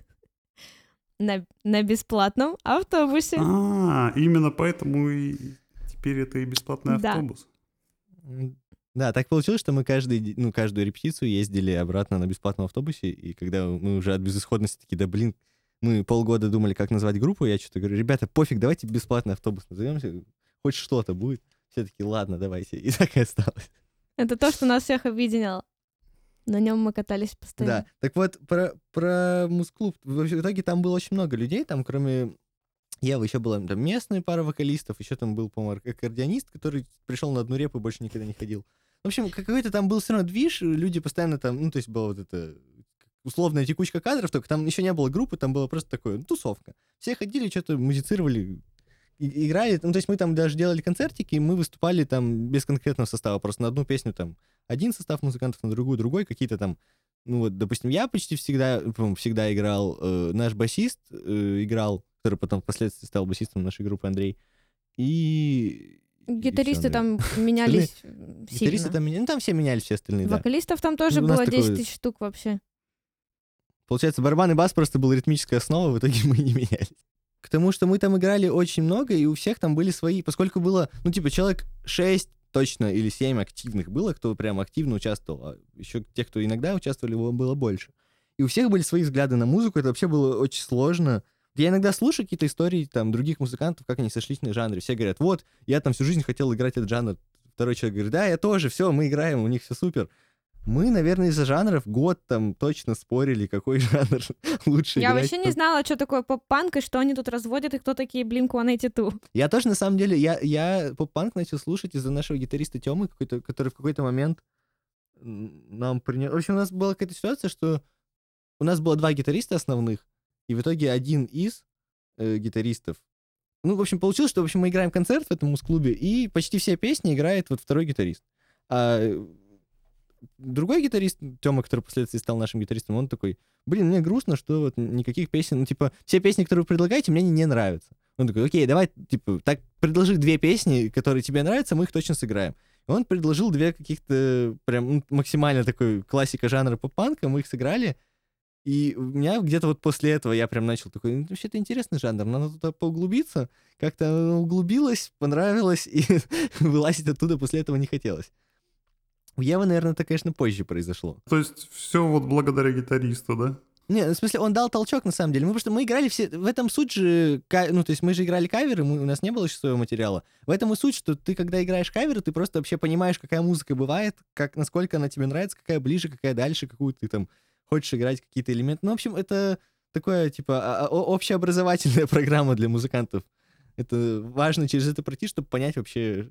На, на бесплатном автобусе. А, именно поэтому и теперь это и бесплатный Да. автобус. М, Да, так получилось, что мы каждый, д- ну, каждую репетицию ездили обратно на бесплатном автобусе, и когда мы уже от безысходности такие, да блин, мы полгода думали, как назвать группу, я что-то говорю, ребята, пофиг, давайте бесплатный автобус назовемся, хоть что-то будет. Все таки ладно, давайте. И так и осталось. Это то, что нас всех объединяло. На нем мы катались постоянно. Да, так вот, про, про музклуб. В в итоге там было очень много людей, там кроме Евы еще была там местная пара вокалистов, еще там был, по-моему, аккордеонист, который пришел на одну репу и больше никогда не ходил. В общем, какой-то там был все равно движ, люди постоянно там, ну, то есть была вот эта условная текучка кадров, только там еще не было группы, там было просто такое, ну, тусовка. Все ходили, что-то музицировали, и- играли. Ну, то есть мы там даже делали концертики, и мы выступали там без конкретного состава, просто на одну песню там один состав музыкантов, на другую другой, какие-то там, ну вот, допустим, я почти всегда, по-моему, всегда играл, э, наш басист э, играл, который потом впоследствии стал басистом нашей группы, Андрей, и... и Гитаристы всё, там наверное. менялись Гитаристы сильно. там, меня- ну, там все менялись, все остальные, да. Вокалистов там тоже Ну, у нас было такое- десять тысяч штук вообще. Получается, барабан и бас просто был ритмическая основа, в итоге мы не менялись. К тому, что мы там играли очень много, и у всех там были свои, поскольку было, ну, типа, человек шесть точно или семь активных было, кто прям активно участвовал, а еще тех, кто иногда участвовали, было было больше. И у всех были свои взгляды на музыку, это вообще было очень сложно. Я иногда слушаю какие-то истории там других музыкантов, как они сошлись на жанре. Все говорят, вот, я там всю жизнь хотел играть этот жанр. Второй человек говорит, да, я тоже, все, мы играем, у них все супер. Мы, наверное, из-за жанров год там точно спорили, какой жанр лучше Я играть. вообще не знала, что такое поп-панк, и что они тут разводят, и кто такие блинк сто восемьдесят два. Я тоже, на самом деле, я, я поп-панк начал слушать из-за нашего гитариста Тёмы, какой-то, который в какой-то момент нам принес... В общем, у нас была какая-то ситуация, что у нас было два гитариста основных, и в итоге один из э, гитаристов... Ну, в общем, получилось, что, в общем, мы играем концерт в этом муз-клубе, и почти все песни играет вот второй гитарист. А другой гитарист, Тёма, который впоследствии стал нашим гитаристом, он такой: блин, мне грустно, что вот никаких песен, ну, типа, все песни, которые вы предлагаете, мне не, не нравятся. Он такой: окей, давай, типа, так, предложи две песни, которые тебе нравятся, мы их точно сыграем. И он предложил две каких-то прям максимально такой классика жанра поп-панка, мы их сыграли, и у меня где-то вот после этого я прям начал такой: ну, вообще-то интересный жанр, надо туда поуглубиться. Как-то оно углубилось, понравилось, и вылазить оттуда после этого не хотелось. У Евы, наверное, это, конечно, позже произошло. То есть все вот благодаря гитаристу, да? Не, в смысле, он дал толчок, на самом деле. Мы просто мы играли все... В этом суть же... Ну, то есть мы же играли каверы, мы, у нас не было еще своего материала. В этом и суть, что ты, когда играешь каверы, ты просто вообще понимаешь, какая музыка бывает, как, насколько она тебе нравится, какая ближе, какая дальше, какую ты там хочешь играть, какие-то элементы. Ну, в общем, это такое, типа, общеобразовательная программа для музыкантов. Это важно через это пройти, чтобы понять вообще...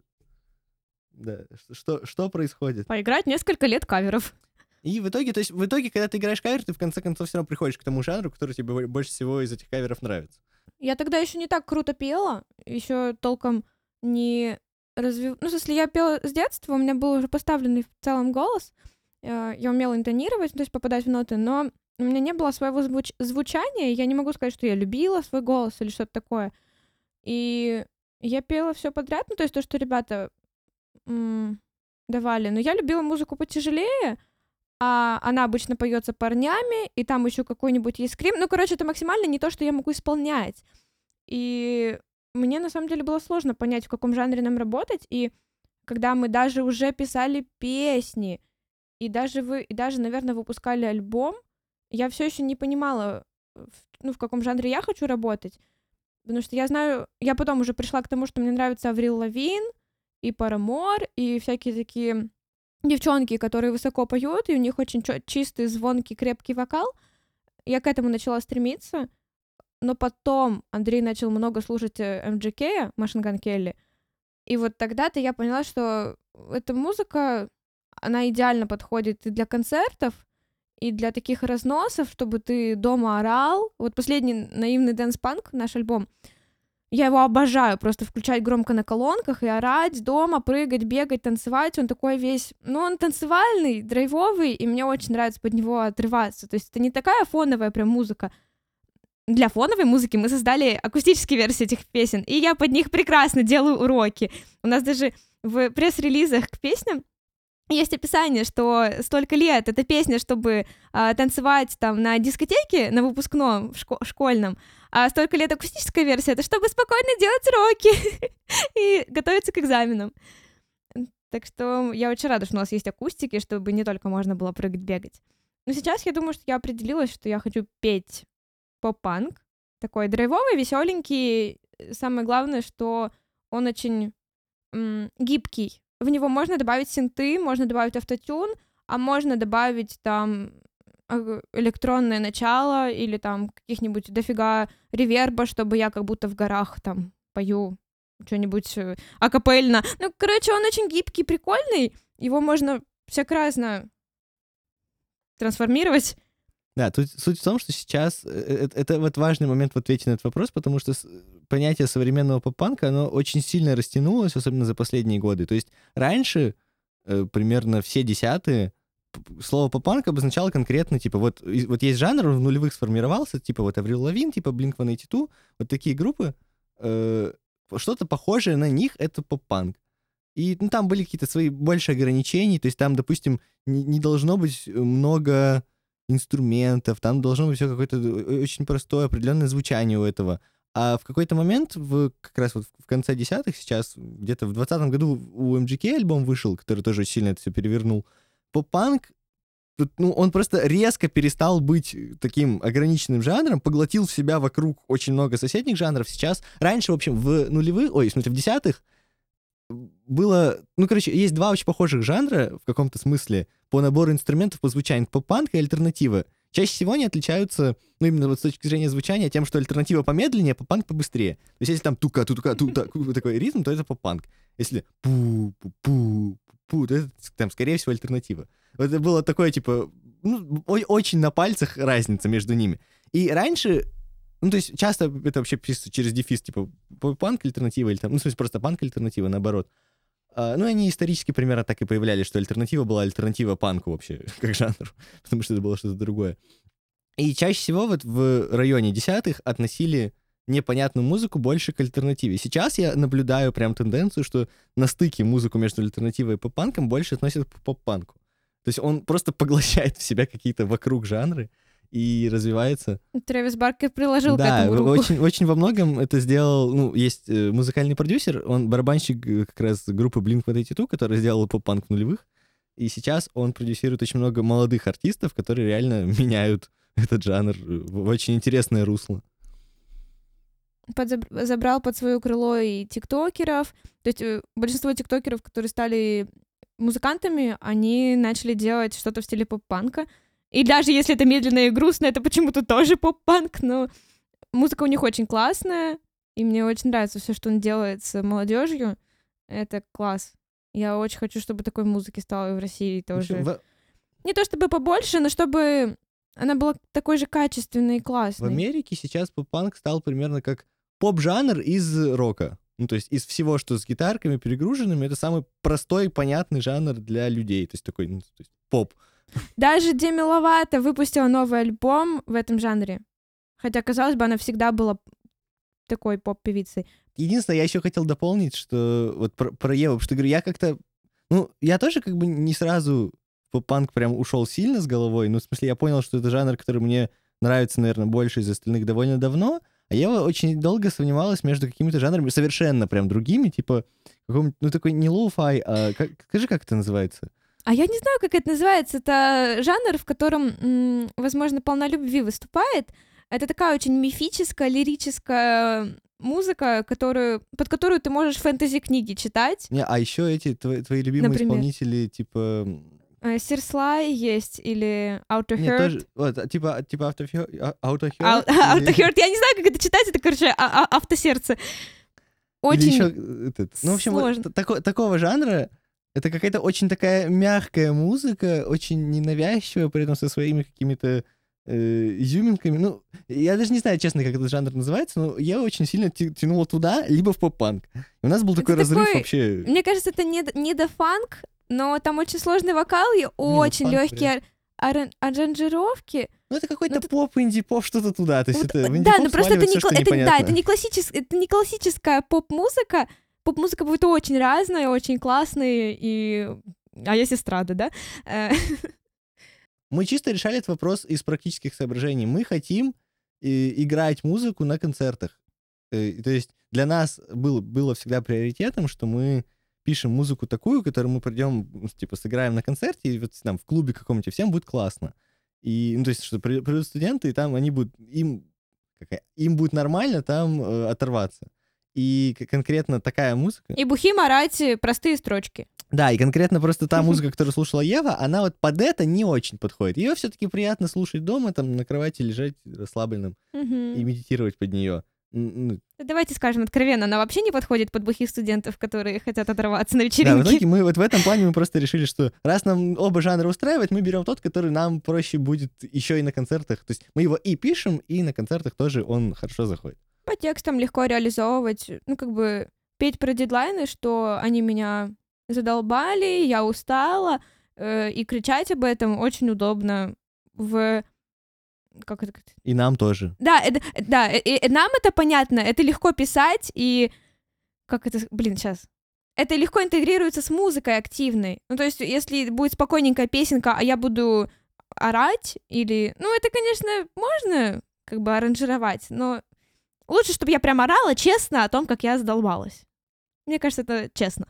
Да, что, что происходит. Поиграть несколько лет каверов. И в итоге, то есть в итоге, когда ты играешь кавер, ты в конце концов все равно приходишь к тому жанру, который тебе больше всего из этих каверов нравится. Я тогда еще не так круто пела, еще толком не развив... Ну, в смысле, я пела с детства, у меня был уже поставленный в целом голос, я умела интонировать, то есть попадать в ноты, но у меня не было своего звуч... звучания, я не могу сказать, что я любила свой голос или что-то такое. И я пела все подряд, ну, то есть то, что ребята м- давали. Но я любила музыку потяжелее, а она обычно поется парнями, и там еще какой-нибудь есть скрим. Ну, короче, это максимально не то, что я могу исполнять. И мне, на самом деле, было сложно понять, в каком жанре нам работать, и когда мы даже уже писали песни, и даже, вы, и даже наверное, выпускали альбом, я все еще не понимала, в, ну, в каком жанре я хочу работать, потому что я знаю, я потом уже пришла к тому, что мне нравится Аврил Лавин и Paramore, и всякие такие девчонки, которые высоко поют, и у них очень чистый, звонкий, крепкий вокал. Я к этому начала стремиться, но потом Андрей начал много слушать эм джи кей, Machine Gun Kelly, и вот тогда-то я поняла, что эта музыка, она идеально подходит и для концертов, и для таких разносов, чтобы ты дома орал. Вот последний наивный дэнс-панк, наш альбом, я его обожаю, просто включать громко на колонках и орать дома, прыгать, бегать, танцевать. Он такой весь, ну, он танцевальный, драйвовый, и мне очень нравится под него отрываться. То есть это не такая фоновая прям музыка. Для фоновой музыки мы создали акустические версии этих песен, и я под них прекрасно делаю уроки. У нас даже в пресс-релизах к песням есть описание, что столько лет эта песня, чтобы а, танцевать там на дискотеке, на выпускном шко- школьном, а столько лет акустическая версия, это чтобы спокойно делать уроки и готовиться к экзаменам. Так что я очень рада, что у нас есть акустики, чтобы не только можно было прыгать, бегать. Но сейчас я думаю, что я определилась, что я хочу петь поп-панк, такой драйвовый, веселенький. Самое главное, что он очень м- гибкий. В него можно добавить синты, можно добавить автотюн, а можно добавить там электронное начало или там каких-нибудь дофига реверба, чтобы я как будто в горах там пою что-нибудь акапельно. Ну, короче, он очень гибкий, прикольный, его можно всяко разно трансформировать. Да, тут суть в том, что сейчас это, это вот важный момент в ответе на этот вопрос, потому что понятие современного поп-панка, оно очень сильно растянулось, особенно за последние годы. То есть раньше, э, примерно все десятые, слово поп-панк обозначало конкретно, типа, вот, вот есть жанр, он в нулевых сформировался, типа, вот Аврил Лавин, типа, блинк сто восемьдесят два, вот такие группы, э, что-то похожее на них — это поп-панк. И ну, там были какие-то свои больше ограничений, то есть там, допустим, не, не должно быть много инструментов, там должно быть все какое-то очень простое, определенное звучание у этого. А в какой-то момент, в, как раз вот в конце десятых, сейчас, где-то в двадцатом году у эм джи кей альбом вышел, который тоже очень сильно это все перевернул, поп-панк, ну, он просто резко перестал быть таким ограниченным жанром, поглотил в себя вокруг очень много соседних жанров. Сейчас, раньше, в общем, в нулевых, ой, в смысле, в десятых, было... Ну, короче, есть два очень похожих жанра в каком-то смысле по набору инструментов, по звучанию. Поп-панк и альтернатива. Чаще всего они отличаются, ну, именно вот с точки зрения звучания, тем, что альтернатива помедленнее, поп-панк побыстрее. То есть если там тука, тука, тука, такой ритм, то это поп-панк. Если пу-пу-пу-пу, то это там, скорее всего, альтернатива. Вот это было такое, типа, ну, очень на пальцах разница между ними. И раньше, ну, то есть часто это вообще пишется через дефис, типа, панк альтернатива, или там, ну, в смысле, просто панк альтернатива, наоборот. А, ну, они исторически примерно так и появлялись, что альтернатива была альтернатива панку вообще, как жанру, потому что это было что-то другое. И чаще всего вот в районе десятых относили непонятную музыку больше к альтернативе. Сейчас я наблюдаю прям тенденцию, что на стыке музыку между альтернативой и поп-панком больше относят к поп-панку. То есть он просто поглощает в себя какие-то вокруг жанры и развивается. Трэвис Баркер приложил да, к этому руку. очень, очень во многом это сделал, ну, есть э, музыкальный продюсер, он барабанщик э, как раз группы блинк сто восемьдесят два, который сделал поп-панк в нулевых, и сейчас он продюсирует очень много молодых артистов, которые реально меняют этот жанр в очень интересное русло. Под, забрал под свое крыло и тиктокеров. То есть э, большинство тиктокеров, которые стали музыкантами, они начали делать что-то в стиле поп-панка. И даже если это медленно и грустно, это почему-то тоже поп-панк, но музыка у них очень классная, и мне очень нравится все, что он делает с молодежью. Это класс. Я очень хочу, чтобы такой музыки стало и в России тоже. В... Не то чтобы побольше, но чтобы она была такой же качественной и классной. В Америке сейчас поп-панк стал примерно как поп-жанр из рока. Ну, то есть из всего, что с гитарками перегруженными, это самый простой, понятный жанр для людей. То есть такой, ну, то есть поп. Даже Деми Ловато выпустила новый альбом в этом жанре. Хотя, казалось бы, она всегда была такой поп-певицей. Единственное, я еще хотел дополнить, что вот про, про Еву, потому что, говорю, я как-то... Ну, я тоже как бы не сразу в поп-панк прям ушел сильно с головой. Ну, в смысле, я понял, что это жанр, который мне нравится, наверное, больше из остальных довольно давно. А Ева очень долго сомневалась между какими-то жанрами совершенно прям другими, типа, каком-то, ну, такой не лоу-фай, а... Как, скажи, как это называется? А я не знаю, как это называется. Это жанр, в котором, м, возможно, «Полна любви» выступает. Это такая очень мифическая, лирическая музыка, которую, под которую ты можешь фэнтези-книги читать. Не, а еще эти твои, твои любимые Например? исполнители, типа... Сирслай есть или Outer Нет, Heart. тоже, вот, типа, типа Out of Heart, Out of Ау- Heart, Outer или- Heart. Я не знаю, как это читать. Это, короче, а- а- автосердце. или Очень еще этот, ну, в общем, вот сложно. т- тако- такого жанра, это какая-то очень такая мягкая музыка, очень ненавязчивая, при этом со своими какими-то э, изюминками. Ну, я даже не знаю, честно, как этот жанр называется, но я очень сильно ти- тянула туда, либо в поп-панк. И у нас был такой Это разрыв такой- вообще. Мне кажется, это не, не до фанк, но там очень сложный вокал и очень фанк легкие ар- аранжировки. Ну, это какой-то ну, это- поп, инди-поп, что-то туда. То есть Вот, это в да, инди-поп но просто это сваливается не, всё, кла- что это, да, непонятно. это не, классичес- это не классическая поп-музыка. Поп-музыка будет очень разная, очень классная, и... А есть эстрада, да? Э, Мы чисто решали этот вопрос из практических соображений. Мы хотим э, играть музыку на концертах. Э, то есть для нас был, было всегда приоритетом, что мы пишем музыку такую, которую мы придем, ну, типа, сыграем на концерте, и вот там в клубе каком-нибудь, и всем будет классно. И, ну, то есть, что при- придут студенты, и там они будут, им, какая- им будет нормально там э, оторваться. И к- конкретно такая музыка... И Бухим Арати простые строчки. Да, и конкретно просто та музыка, которую слушала Ева, она вот под это не очень подходит. Ее все-таки приятно слушать дома, там на кровати лежать расслабленным Мгм. и медитировать под нее. Ну, Давайте скажем откровенно, она вообще не подходит под бухих студентов, которые хотят оторваться на да, в вечеринке. итоге мы вот в этом плане мы просто решили, что раз нам оба жанра устраивает, мы берем тот, который нам проще будет еще и на концертах. То есть мы его и пишем, и на концертах тоже он хорошо заходит. По текстам легко реализовывать, ну, как бы петь про дедлайны, что они меня задолбали, я устала, э, и кричать об этом очень удобно в... Как это? И нам тоже. Да, это, да, э, э, нам это понятно, это легко писать, и... Как это... Блин, сейчас. Это легко интегрируется с музыкой активной. Ну, то есть, если будет спокойненькая песенка, а я буду орать, или... Ну, это, конечно, можно как бы аранжировать, но лучше, чтобы я прям орала честно о том, как я задолбалась. Мне кажется, это честно.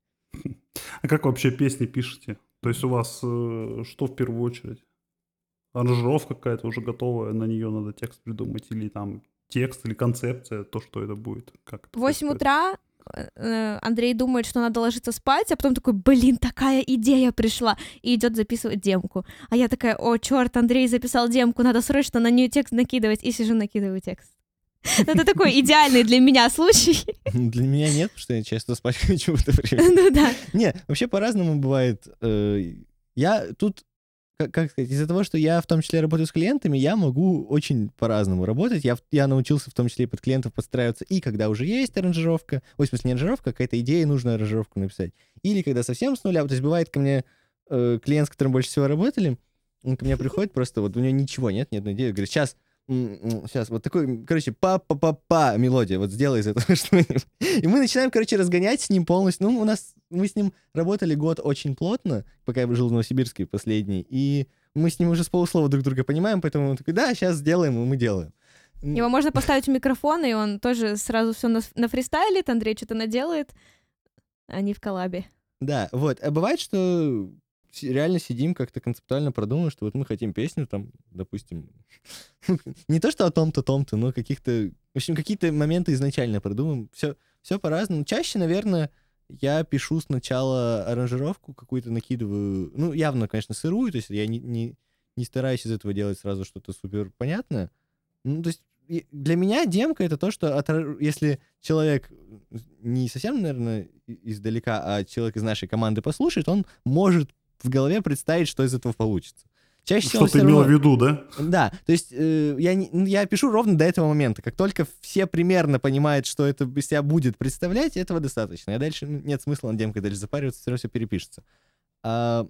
А как вообще песни пишете? То есть у вас э, что в первую очередь? Аранжировка какая-то уже готовая, на нее надо текст придумать, или там текст, или концепция, то, что это будет? Как это В восемь происходит? утра э, Андрей думает, что надо ложиться спать, а потом такой, блин, такая идея пришла, и идет записывать демку. А я такая, о, черт, Андрей записал демку, надо срочно на нее текст накидывать, и сижу, накидываю текст. Это такой идеальный для меня случай. Для меня нет, потому что я часто спать хочу в это время. Ну да. Не, вообще по-разному бывает. Э, Я тут, как, как сказать, из-за того, что я в том числе работаю с клиентами, я могу очень по-разному работать. Я, в- я научился в том числе и под клиентов подстраиваться, и когда уже есть аранжировка, ой, в смысле не аранжировка, а какая-то идея, и нужно аранжировку написать. Или когда совсем с нуля. То есть бывает ко мне э, клиент, с которым больше всего работали, он ко мне приходит просто, вот у него ничего нет, ни одной идеи, говорит, сейчас, сейчас, вот такой, короче, па-па-па-па мелодия, вот сделай из этого что-нибудь. И мы начинаем, короче, разгонять с ним полностью. Ну, у нас, мы с ним работали год очень плотно, пока я жил в Новосибирске последний, и мы с ним уже с полуслова друг друга понимаем, поэтому он такой, да, сейчас сделаем, и мы делаем. М, Его можно поставить в микрофон, и он тоже сразу все нафристайлит, Андрей что-то наделает, а не в коллабе. Да, вот. А бывает, что с- реально сидим как-то концептуально продумываем, что вот мы хотим песню, там, допустим, не то, что о том-то, том-то, но каких-то, в общем, какие-то моменты изначально продумаем. Все, все по-разному. Чаще, наверное, я пишу сначала аранжировку какую-то, накидываю, ну, явно, конечно, сырую, то есть я не, не, не стараюсь из этого делать сразу что-то супер понятное. Ну, то есть и для меня демка — это то, что отра- если человек не совсем, наверное, и- издалека, а человек из нашей команды послушает, он может в голове представить, что из этого получится. Чаще всего Что ты всё имела в равно- виду, да? Да, то есть э, я, не- ну, я пишу ровно до этого момента. Как только все примерно понимают, что это из себя будет представлять, этого достаточно. И дальше ну, нет смысла над демкой дальше запариваться, все равно все перепишется. А,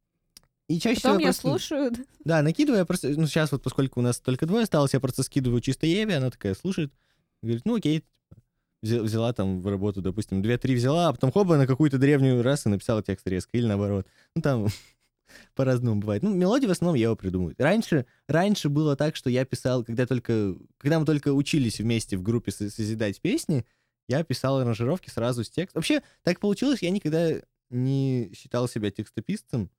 и чаще Потом всего я просто- слушаю. Да, накидываю, я просто, ну, сейчас вот, поскольку у нас только двое осталось, я просто скидываю чисто Еве, она такая слушает, говорит, ну, окей, взя- взяла там в работу, допустим, две-три взяла, а потом хоба на какую-то древнюю раз и написала текст резко, или наоборот. Ну, там по-разному бывает. Ну, мелодии в основном Ева придумывает. Раньше, раньше было так, что я писал, когда только, когда мы только учились вместе в группе со- созидать песни, я писал аранжировки сразу с текстом. Вообще, так получилось, я никогда не считал себя текстописцем.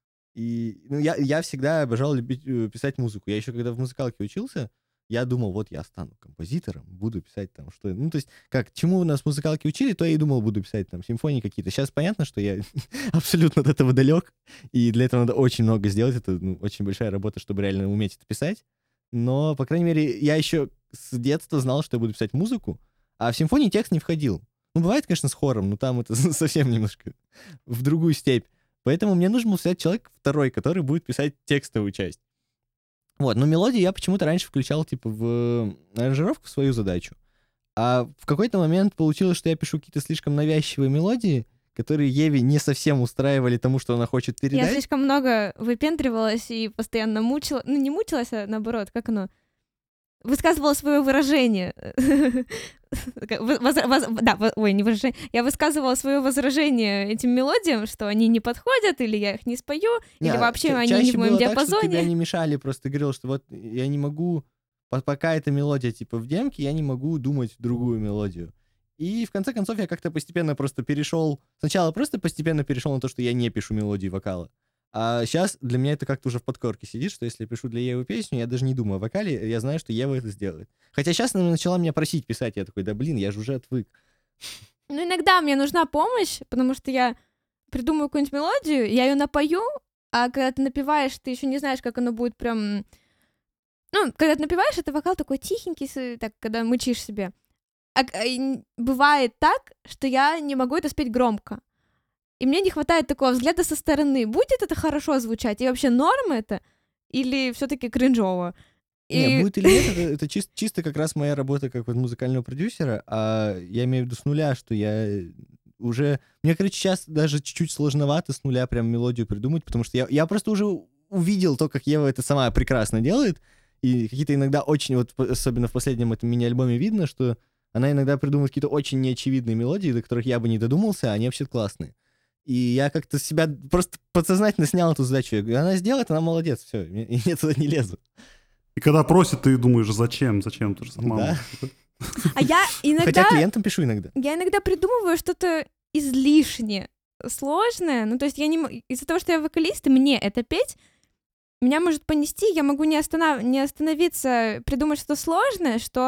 И ну, я, я всегда обожал любить, э, писать музыку. Я еще когда в музыкалке учился, я думал, вот я стану композитором, буду писать там что. Ну, то есть, как, чему нас в музыкалке учили, то я и думал, буду писать там симфонии какие-то. Сейчас понятно, что я абсолютно от этого далек, и для этого надо очень много сделать. Это ну, очень большая работа, чтобы реально уметь это писать. Но, по крайней мере, я еще с детства знал, что я буду писать музыку, а в симфонии текст не входил. Ну, бывает, конечно, с хором, но там это совсем немножко в другую степь. Поэтому мне нужен был взять человек второй, который будет писать текстовую часть. Вот, но мелодии я почему-то раньше включал, типа, в аранжировку в свою задачу. А в какой-то момент получилось, что я пишу какие-то слишком навязчивые мелодии, которые Еве не совсем устраивали тому, что она хочет Я передать. слишком много выпендривалась и постоянно мучила, ну не мучилась, а наоборот, как оно, высказывала свое выражение. Как воз- воз- воз- Да, во- ой, не выражение. Я высказывала свое возражение этим мелодиям, что они не подходят, или я их не спою, Не, или вообще ча- они чаще не в моем было так, что тебе диапазоне. они мешали, просто ты говорил, что вот я не могу, по- пока эта мелодия типа в демке, я не могу думать другую мелодию. И в конце концов я как-то постепенно просто перешел, сначала просто постепенно перешел на то, что я не пишу мелодии вокала. А сейчас для меня это как-то уже в подкорке сидит, что если я пишу для Евы песню, я даже не думаю о вокале, я знаю, что Ева это сделает. Хотя сейчас она начала меня просить писать, я такой, да блин, я же уже отвык. Ну, иногда мне нужна помощь, потому что я придумаю какую-нибудь мелодию, я ее напою, а когда ты напеваешь, ты еще не знаешь, как оно будет прям... Ну, когда ты напеваешь, это вокал такой тихенький, с- так, когда мычишь себе. А, к- а, и н- бывает так, что я не могу это спеть громко. И мне не хватает такого взгляда со стороны. Будет это хорошо звучать? И вообще норм это? Или все-таки кринжово? Не, И- будет или нет, это, это чис- чисто как раз моя работа как вот музыкального продюсера, а я имею в виду с нуля, что я уже... Мне, короче, сейчас даже чуть-чуть сложновато с нуля прям мелодию придумать, потому что я, я просто уже увидел то, как Ева это сама прекрасно делает, и какие-то иногда очень, вот п- особенно в последнем этом мини-альбоме видно, что она иногда придумывает какие-то очень неочевидные мелодии, до которых я бы не додумался, а они вообще классные. И я как-то себя просто подсознательно снял эту задачу. Я говорю, она сделает, она молодец, все, и я туда не лезу. И когда просят, ты думаешь, зачем, зачем, ты же сама Да. можешь. А я иногда... Хотя клиентам пишу иногда. Я иногда придумываю что-то излишне сложное. Ну, то есть я не... м- Из-за того, что я вокалист, и мне это петь, меня может понести, я могу не, останов... не остановиться, придумать что-то сложное, что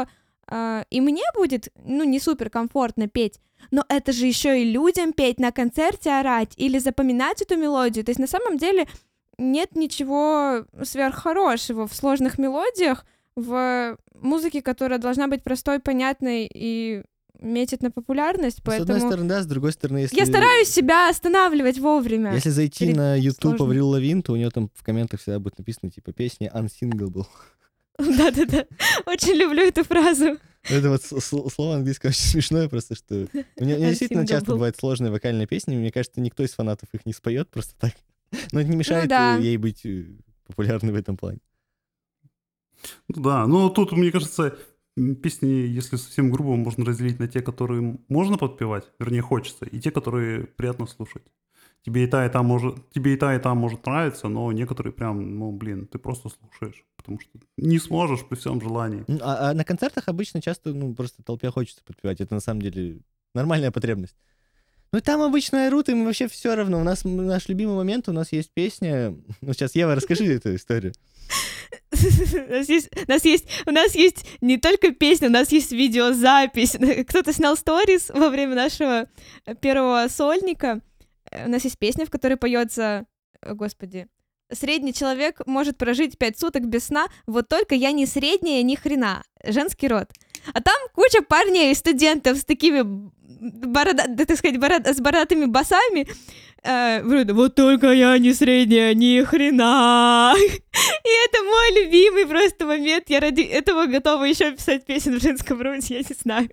а, и мне будет, ну, не супер комфортно петь, но это же еще и людям петь, на концерте орать или запоминать эту мелодию. То есть на самом деле нет ничего сверххорошего в сложных мелодиях, в музыке, которая должна быть простой, понятной и метит на популярность, поэтому... С одной стороны, да, с другой стороны, если... Я стараюсь себя останавливать вовремя. Если зайти перед... на YouTube сложно. Аврил Лавин, то у нее там в комментах всегда будет написано, типа, песня Unsingable. Да-да-да, очень люблю эту фразу. Это вот с- с- слово английское очень смешное, просто что... У меня, у меня действительно часто Unsingable. бывают сложные вокальные песни, мне кажется, никто из фанатов их не споет просто так. Но это не мешает да. э, ей быть э, популярной в этом плане. Ну да, но тут, мне кажется, м, песни, если совсем грубо, можно разделить на те, которые можно подпевать, вернее, хочется, и те, которые приятно слушать. Тебе и та, и та может, тебе и та, и та может нравиться, но некоторые прям, ну, блин, ты просто слушаешь, потому что не сможешь при всем желании. Ну, А, а на концертах обычно часто, ну, просто толпе хочется подпевать. Это на самом деле нормальная потребность. Ну, там обычно орут, им вообще все равно. У нас м, наш любимый момент, у нас есть песня... Ну, сейчас, Ева, расскажи эту историю. У нас есть, у нас есть, у нас есть не только песня, у нас есть видеозапись. Кто-то снял сторис во время нашего первого сольника. У нас есть песня, в которой поется, о, господи, средний человек может прожить пять суток без сна, вот только я не средняя ни хрена, женский род. А там куча парней, студентов с такими борода, да, так сказать, бород, с бородатыми басами. Э, вроде, вот только я не средняя ни хрена. И это мой любимый просто момент. Я ради этого готова еще писать песен в женском роде, я не знаю.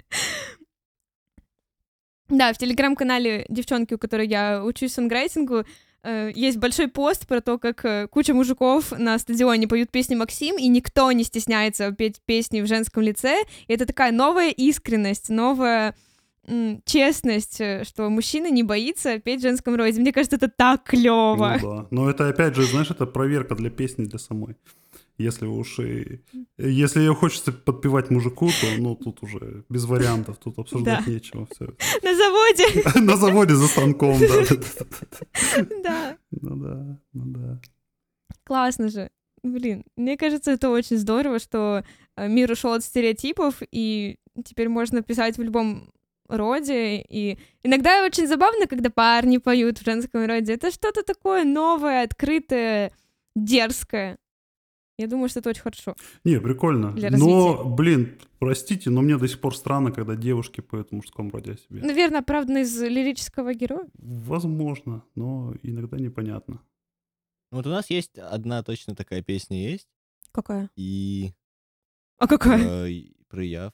Да, в телеграм-канале девчонки, у которой я учусь сонграйтингу, э, есть большой пост про то, как э, куча мужиков на стадионе поют песни Максим, и никто не стесняется петь песни в женском лице. И это такая новая искренность, новая м, честность, э, что мужчина не боится петь в женском роде. Мне кажется, это так клево. Ну да. Но это, опять же, знаешь, это проверка для песни, для самой. Если уж и... Если ее хочется подпевать мужику, то, ну, тут уже без вариантов, тут обсуждать Да. нечего. Все. На заводе. На заводе за станком, да. Да. Ну да, ну да. Классно же. Блин, мне кажется, это очень здорово, что э, мир ушел от стереотипов, и теперь можно писать в любом роде. И иногда очень забавно, когда парни поют в женском роде. Это что-то такое новое, открытое, дерзкое. Я думаю, что это очень хорошо. Не, прикольно. Для Но, развития. блин, простите, но мне до сих пор странно, когда девушки поют в мужском роде о себе. Наверное, правда, из лирического героя. Возможно, но иногда непонятно. Вот у нас есть одна точно такая песня есть, Какая? и А какая? про, про Яв.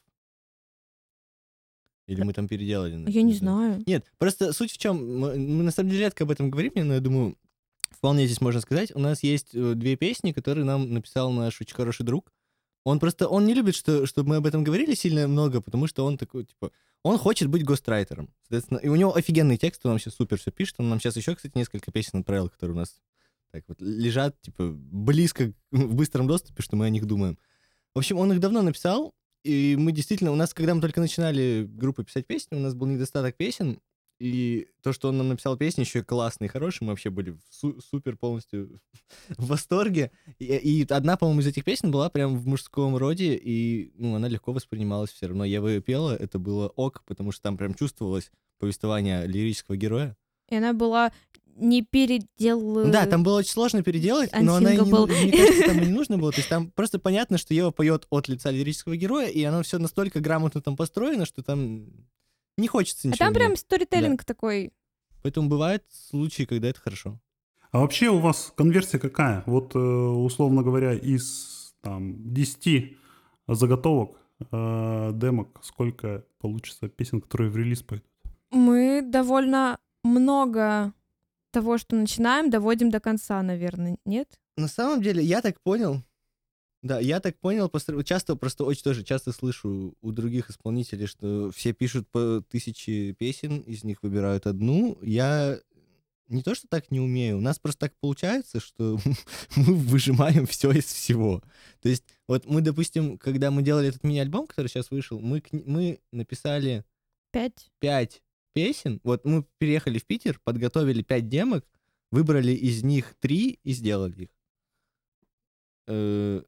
Или мы там переделали? на- Я не знаю. знаю. Нет, просто суть в чем, мы, мы на самом деле редко об этом говорим, но я думаю, вполне здесь можно сказать. У нас есть э, две песни, которые нам написал наш очень хороший друг. Он просто, он не любит, что, чтобы мы об этом говорили сильно много, потому что он такой, типа, он хочет быть гострайтером. Соответственно, и у него офигенный текст, он нам сейчас супер все пишет. Он нам сейчас еще, кстати, несколько песен отправил, которые у нас так вот лежат, типа, близко в быстром доступе, что мы о них думаем. В общем, он их давно написал, и мы действительно, у нас, когда мы только начинали группу писать песни, у нас был недостаток песен, и то, что он нам написал песни, еще классные, хорошие, мы вообще были су- супер полностью в восторге. И, и одна, по-моему, из этих песен была прям в мужском роде, и ну, она легко воспринималась все равно. Ева ее пела, это было ок, потому что там прям чувствовалось повествование лирического героя. И она была не передел... Да, там было очень сложно переделать, но она и не, Unsingable. мне кажется, там и не нужно было. То есть там просто понятно, что Ева поет от лица лирического героя, и оно все настолько грамотно там построено, что там не хочется А ничего там прям менять. сторителлинг такой. Поэтому бывают случаи, когда это хорошо. А вообще у вас конверсия какая? Вот, э, условно говоря, из там, десяти заготовок, э, демок, сколько получится песен, которые в релиз пойдут? Мы довольно много того, что начинаем, доводим до конца, наверное, нет? На самом деле, я так понял, да, я так понял, просто- часто, просто очень тоже часто слышу у других исполнителей, что все пишут по тысяче песен, из них выбирают одну. Я не то, что так не умею, у нас просто так получается, что мы выжимаем все из всего. То есть, вот мы, допустим, когда мы делали этот мини-альбом, который сейчас вышел, мы, к н- мы написали Пять? пять песен. Вот мы переехали в Питер, подготовили пять демок, выбрали из них три и сделали их. Э,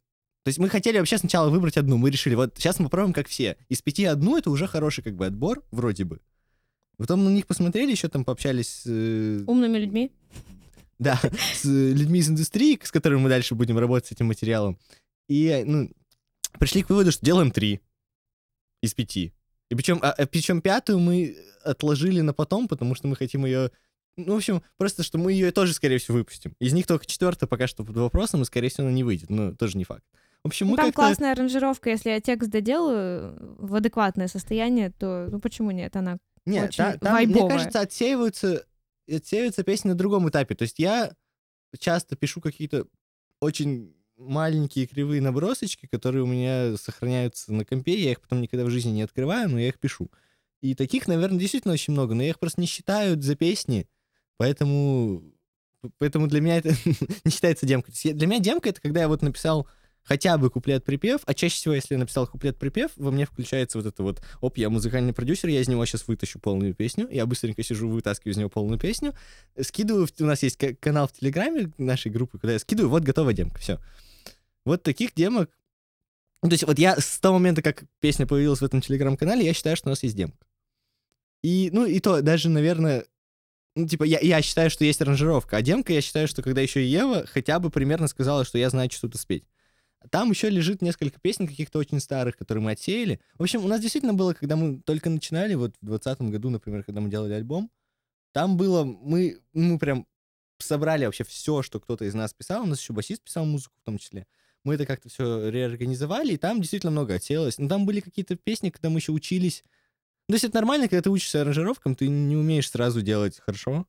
То есть мы хотели вообще сначала выбрать одну, мы решили, вот сейчас мы попробуем как все. Из пяти одну — это уже хороший как бы отбор, вроде бы. Потом на них посмотрели, еще там пообщались с... э, Умными людьми. Да, с людьми из индустрии, с которыми мы дальше будем работать с этим материалом. И, ну, пришли к выводу, что делаем три из пяти. И причем, а, а причем пятую мы отложили на потом, потому что мы хотим ее... Ну, в общем, просто, что мы ее тоже, скорее всего, выпустим. Из них только четвертая пока что под вопросом, и, скорее всего, она не выйдет. Но тоже не факт. В общем, мы Там как-то... классная аранжировка, если я текст доделаю в адекватное состояние, то ну почему нет? Она Нет, очень та- там, мне вайбовая. кажется, отсеиваются, отсеиваются песни на другом этапе. То есть я часто пишу какие-то очень маленькие кривые набросочки, которые у меня сохраняются на компе, я их потом никогда в жизни не открываю, но я их пишу. И таких, наверное, действительно очень много, но я их просто не считаю за песни, поэтому, поэтому для меня это не считается демкой. То есть я- для меня демка — это когда я вот написал хотя бы куплет-припев, а чаще всего, если я написал куплет-припев, во мне включается вот это вот, оп, я музыкальный продюсер, я из него сейчас вытащу полную песню, я быстренько сижу, вытаскиваю из него полную песню, скидываю, в- у нас есть к- канал в Телеграме нашей группы, куда я скидываю, вот готовая демка, все. Вот таких демок, ну, то есть вот я с того момента, как песня появилась в этом Телеграм-канале, я считаю, что у нас есть демка. И, ну, и то, даже, наверное, ну, типа, я, я считаю, что есть аранжировка, а демка, я считаю, что когда еще и Ева хотя бы примерно сказала, что я знаю, что-то спеть. Там еще лежит несколько песен каких-то очень старых, которые мы отсеяли. В общем, у нас действительно было, когда мы только начинали, вот в двадцатом году, например, когда мы делали альбом, там было, мы, мы прям собрали вообще все, что кто-то из нас писал. У нас еще басист писал музыку в том числе. Мы это как-то все реорганизовали, и там действительно много отсеялось. Но там были какие-то песни, когда мы еще учились. Ну, то есть это нормально, когда ты учишься аранжировкам, ты не умеешь сразу делать хорошо.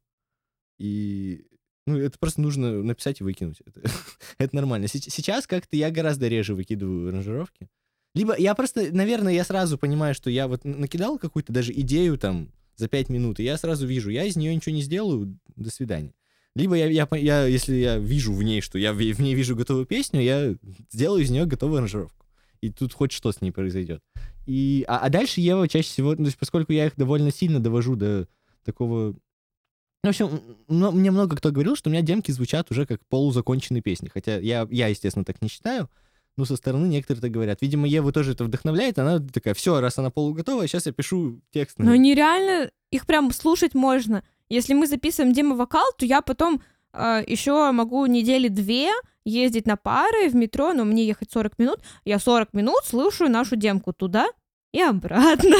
И... Ну, это просто нужно написать и выкинуть. Это, это нормально. Се- Сейчас как-то я гораздо реже выкидываю аранжировки. Либо я просто, наверное, я сразу понимаю, что я вот н- накидал какую-то даже идею там за пять минут, и я сразу вижу, я из нее ничего не сделаю, до свидания. Либо я, я, по- я, если я вижу в ней, что я в, в ней вижу готовую песню, я сделаю из нее готовую аранжировку. И тут хоть что с ней произойдет. И, а, а дальше Ева чаще всего, ну, то есть поскольку я их довольно сильно довожу до такого... В общем, м- мне много кто говорил, что у меня демки звучат уже как полузаконченные песни. Хотя я, я, естественно, так не считаю. Но со стороны некоторые так говорят. Видимо, Еву тоже это вдохновляет. Она такая, все, раз она полуготовая, сейчас я пишу текст. на Но ней». нереально их прям слушать можно. Если мы записываем демо-вокал, то я потом еще могу недели две ездить на пары в метро, но мне ехать сорок минут. Я сорок минут слушаю нашу демку туда и обратно.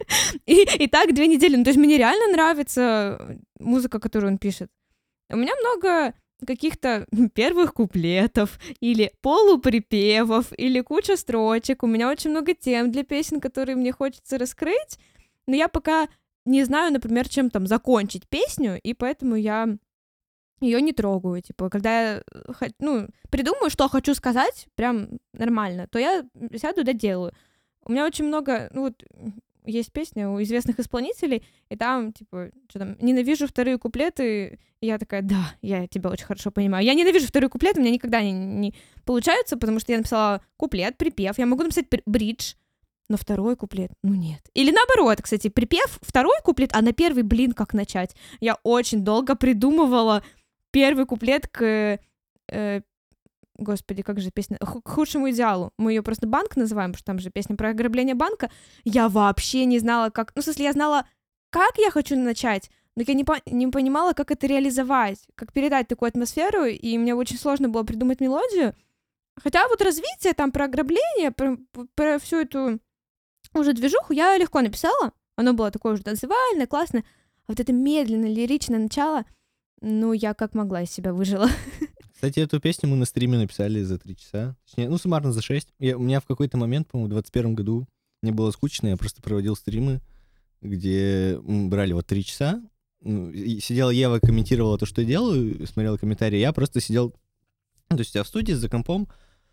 И, и так две недели. Ну, то есть мне реально нравится музыка, которую он пишет. У меня много каких-то первых куплетов или полуприпевов, или куча строчек. У меня очень много тем для песен, которые мне хочется раскрыть, но я пока не знаю, например, чем там закончить песню, и поэтому я ее не трогаю. Типа, когда я хо- ну, придумаю, что хочу сказать, прям нормально, то я сяду, доделаю. У меня очень много, ну вот, есть песня у известных исполнителей, и там, типа, что там, ненавижу вторые куплеты, и я такая, да, я тебя очень хорошо понимаю. Я ненавижу вторые куплеты, у меня никогда не, не получаются, потому что я написала куплет, припев, я могу написать бр- бридж, но второй куплет, ну нет. Или наоборот, кстати, припев, второй куплет, а на первый, блин, как начать? Я очень долго придумывала первый куплет к... э, Господи, как же песня? Ху- К худшему идеалу. Мы ее просто банк называем, потому что там же песня про ограбление банка. Я вообще не знала, как... Ну, в смысле, я знала, как я хочу начать, но я не, по- не понимала, как это реализовать, как передать такую атмосферу, и мне очень сложно было придумать мелодию. Хотя вот развитие там про ограбление, про, про всю эту уже движуху я легко написала. Оно было такое уже танцевальное, классное. А вот это медленное, лиричное начало, ну, я как могла из себя выжила. Кстати, эту песню мы на стриме написали за три часа. Точнее, ну, суммарно за шесть. Я, у меня в какой-то момент, по-моему, в двадцать первом году мне было скучно, я просто проводил стримы, где мы брали вот три часа. Ну, и сидела Ева, комментировала то, что я делаю, смотрела комментарии. Я просто сидел, ну, то есть я в студии за компом,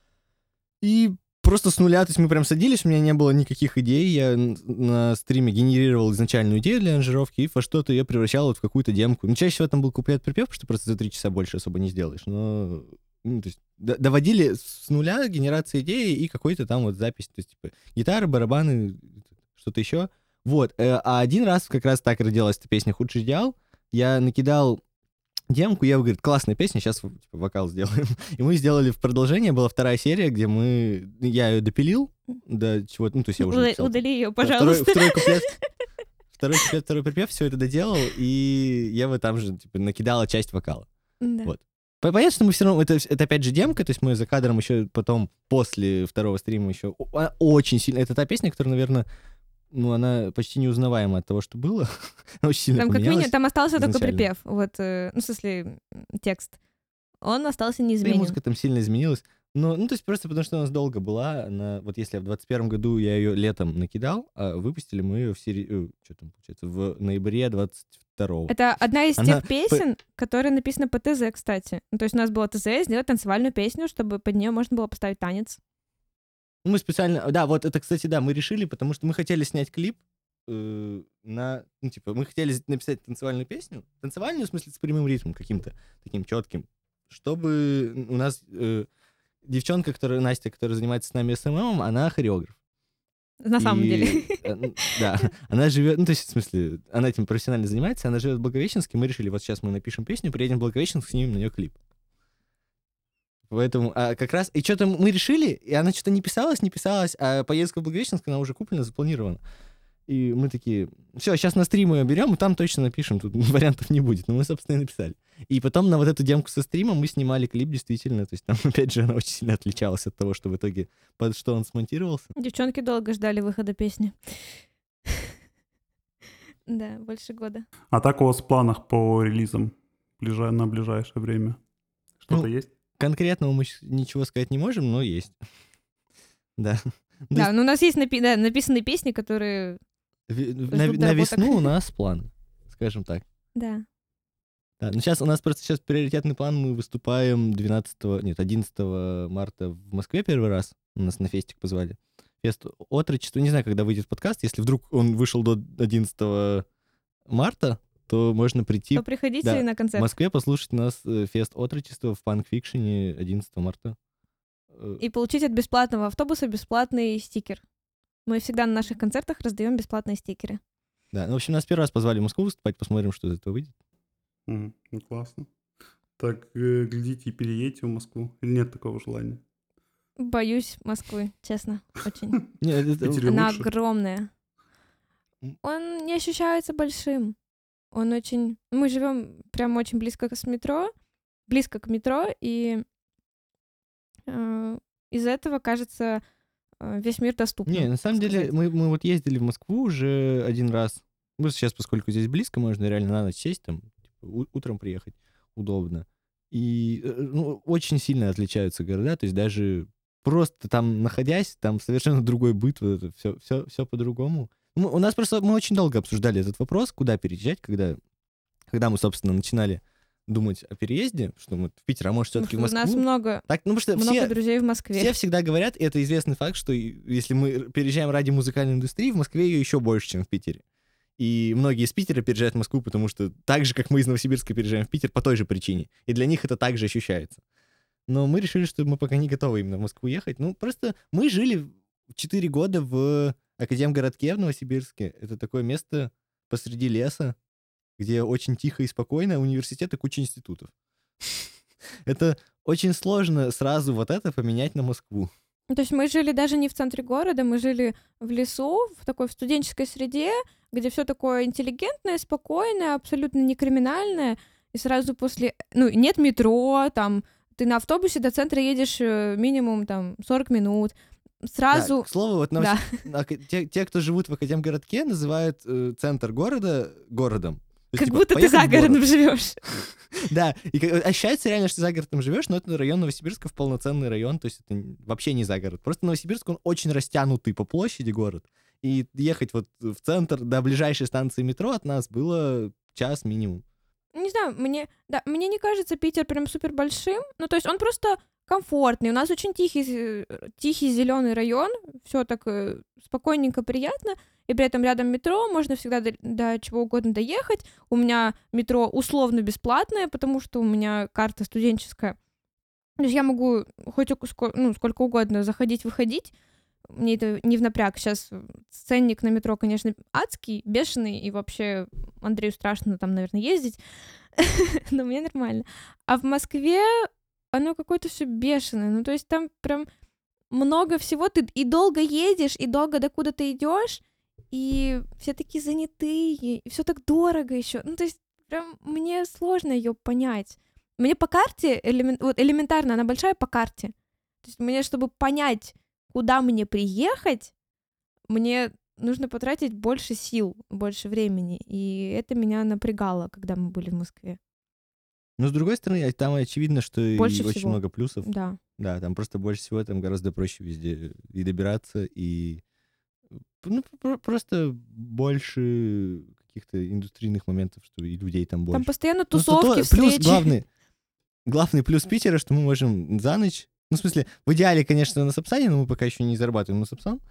и просто с нуля, то есть мы прям садились, у меня не было никаких идей, я н- на стриме генерировал изначальную идею для аранжировки, и во что-то ее превращал вот в какую-то демку. Ну, чаще всего там был куплет-припев, потому что просто за три часа больше особо не сделаешь, но... Ну, то есть д- доводили с нуля генерации идеи и какой-то там вот запись, то есть типа гитары, барабаны, что-то еще. Вот, э, а один раз как раз так родилась эта песня «Худший идеал». Я накидал демку, я говорю, классная песня, сейчас типа, вокал сделаем. И мы сделали в продолжение, была вторая серия, где мы, я ее допилил до чего-то, ну, то есть я уже Уда- написал. Удали ее, Да, второй, пожалуйста. второй куплет, второй куплет, второй припев, все это доделал, и я вот там же типа накидала часть вокала. Да. Вот. Понятно, что мы все равно, это, это опять же демка, то есть мы за кадром еще потом, после второго стрима еще о- очень сильно, это та песня, которая, наверное, ну, она почти неузнаваема от того, что было. Она очень сильно Там как поменялась. минимум, там остался только изначально. припев, вот, э, ну, в смысле, м, текст. Он остался Да и неизменен. музыка там сильно изменилась. Но, ну, то есть просто потому, что у нас долго была, она, вот если в двадцать первом году я ее летом накидал, а выпустили мы ее в серии, что там получается, в ноябре двадцать второго. Это одна из Она тех песен, которая написана по ТЗ, кстати. Ну, то есть у нас было ТЗ, сделать танцевальную песню, чтобы под нее можно было поставить танец. Ну, мы специально, да, вот это, кстати, да, мы решили, потому что мы хотели снять клип э, на, ну, типа, мы хотели написать танцевальную песню, танцевальную, в смысле, с прямым ритмом каким-то, таким четким, чтобы у нас э, девчонка, которая, Настя, которая занимается с нами эс эм эм, она хореограф. На самом И, деле. э, ну, да, она живет, ну, то есть, в смысле, она этим профессионально занимается, она живет в Благовещенске, мы решили, вот сейчас мы напишем песню, приедем в Благовещенск, снимем на нее клип. Поэтому, а как раз, и что-то мы решили, и она что-то не писалась, не писалась, а поездка в Благовещенск, она уже куплена, запланирована. И мы такие, все, сейчас на стрим ее берем, и там точно напишем, тут вариантов не будет. Но мы, собственно, и написали. И потом на вот эту демку со стримом мы снимали клип, действительно, то есть там, опять же, она очень сильно отличалась от того, что в итоге, под что он смонтировался. Девчонки долго ждали выхода песни. Да, больше года. А так у вас в планах по релизам ближа- на ближайшее время? Что-то Ну, есть? Конкретного мы щ- ничего сказать не можем, но есть. Да. То Да, есть ну у нас есть напи- да, написанные песни, которые... ви- на, ждут на доработок. весну у нас планы, скажем так. Да. Да, ну сейчас у нас просто сейчас приоритетный план, мы выступаем двенадцатого, нет, одиннадцатого марта в Москве первый раз, нас на фестик позвали. Фест отрочества, не знаю, когда выйдет подкаст, если вдруг он вышел до одиннадцатого марта, то можно прийти То приходите да, на в концерт. Москве послушать нас э, фест отрочества в панк-фикшене одиннадцатого марта. Э, И получить от бесплатного автобуса бесплатный стикер. Мы всегда на наших концертах раздаем бесплатные стикеры. Да, ну, в общем, нас первый раз позвали в Москву выступать, посмотрим, что из этого выйдет. Мгм, ну, классно. Так, э, глядите и переедете в Москву? Или нет такого желания? Боюсь Москвы, честно, очень. Не, это- это- Питере Она лучше? огромная. М. Он не ощущается большим. Он очень... Мы живем прямо очень близко к метро, близко к метро, и э, из-за этого кажется э, весь мир доступным. Не, на самом так деле, сказать. мы, мы вот ездили в Москву уже один раз. Ну, сейчас, поскольку здесь близко, можно реально на ночь сесть, там, типа, у- утром приехать, удобно. И э, ну, очень сильно отличаются города, то есть даже просто там находясь, там совершенно другой быт, вот это все, все, все по-другому. Мы- у нас просто, мы очень долго обсуждали этот вопрос, куда переезжать, когда, когда мы, собственно, начинали думать о переезде, что мы в Питер, а может, все-таки в Потому что У нас Москву. много, Так, ну, потому что много все, друзей в Москве. все всегда говорят, и это известный факт, что и- если мы переезжаем ради музыкальной индустрии, в Москве ее еще больше, чем в Питере. И многие из Питера переезжают в Москву, потому что так же, как мы из Новосибирска переезжаем в Питер, по той же причине. И для них это также ощущается. Но мы решили, что мы пока не готовы именно в Москву ехать. Ну, просто мы жили четыре года в Академгородке в Новосибирске. Это такое место посреди леса, где очень тихо и спокойно, университет и куча институтов. Это очень сложно сразу вот это поменять на Москву. Ну, То есть мы жили даже не в центре города, мы жили в лесу, в такой в студенческой среде, где все такое интеллигентное, спокойное, абсолютно не криминальное. И сразу после... Ну, нет метро, там, ты на автобусе до центра едешь э, минимум, там, сорок минут. Сразу... Да, к слову, вот Да. Новосиб- ака- те, те, кто живут в Академгородке, называют э, центр города городом. То есть, Как типа, будто ты поехать за в город. городом живешь. Да, и как- ощущается реально, что за городом живешь, но это район Новосибирска в полноценный район, то есть это н- вообще не за город. Просто Новосибирск, он очень растянутый по площади город. И ехать вот в центр до ближайшей станции метро от нас было час минимум. Не знаю, мне, да, мне не кажется Питер прям супер большим. Ну, то есть он просто комфортный. У нас очень тихий, э, тихий зеленый район. Все так э, спокойненько, приятно. И при этом рядом метро, можно всегда до, до чего угодно доехать. У меня метро условно бесплатное, потому что у меня карта студенческая. То есть я могу хоть у- ско- ну, сколько угодно заходить-выходить. мне это не в напряг. Сейчас ценник на метро, конечно, адский, бешеный, и вообще Андрею страшно там, наверное, ездить, но мне нормально. А в Москве оно какое-то все бешеное. Ну, то есть там прям много всего. Ты и долго едешь, и долго докуда ты идешь, и все такие занятые, и все так дорого еще. Ну, то есть прям мне сложно ее понять. Мне по карте, элемент, вот элементарно, она большая по карте. То есть мне, чтобы понять, куда мне приехать, мне нужно потратить больше сил, больше времени. И это меня напрягало, когда мы были в Москве. Но, с другой стороны, там очевидно, что Больше и очень всего. много плюсов. Да. Да, там просто больше всего, там гораздо проще везде и добираться, и ну, про- просто больше каких-то индустрийных моментов, что и людей там больше. Там постоянно Ну, зато тусовки, плюс встречи. главный, главный плюс Питера, что мы можем за ночь, ну, в смысле, в идеале, конечно, на Сапсане, но мы пока еще не зарабатываем на Сапсан,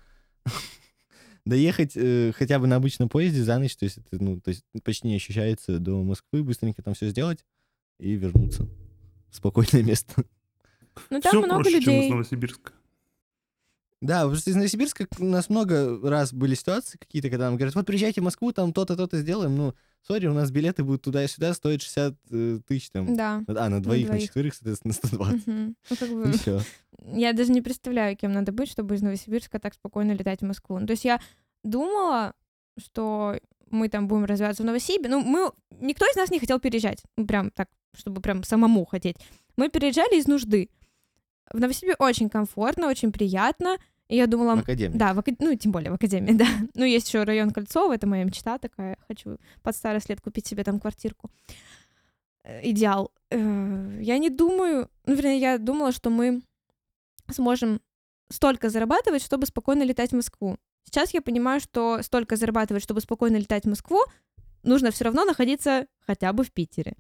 доехать э, хотя бы на обычном поезде за ночь, то есть это, ну, то есть почти не ощущается до Москвы, быстренько там все сделать и вернуться в спокойное место. Ну, там Все много проще, чем из людей. Новосибирска. Да, потому что из Новосибирска у нас много раз были ситуации какие-то, когда нам говорят, вот приезжайте в Москву, там то-то, то-то сделаем. Ну, сори, у нас билеты будут туда и сюда стоить шестьдесят э, тысяч там. Да. А, на двоих, на двоих. четверых, соответственно, сто двадцать. Мгм. Ну, как И бы, все. я даже не представляю, кем надо быть, чтобы из Новосибирска так спокойно летать в Москву. Ну, то есть я думала, что мы там будем развиваться в Новосибирске. Ну, мы... Никто из нас не хотел переезжать. Ну, прям так, чтобы прям самому хотеть. Мы переезжали из нужды. В Новосибирске очень комфортно, очень приятно. И я думала... В академии. Да, в, ака- ну, тем более в академии, да. Ну, есть еще район Кольцово, это моя мечта такая. Хочу под старость лет купить себе там квартирку. Э, Идеал. Э, Я не думаю... Ну, вернее, я думала, что мы сможем столько зарабатывать, чтобы спокойно летать в Москву. Сейчас я понимаю, что столько зарабатывать, чтобы спокойно летать в Москву, нужно все равно находиться хотя бы в Питере.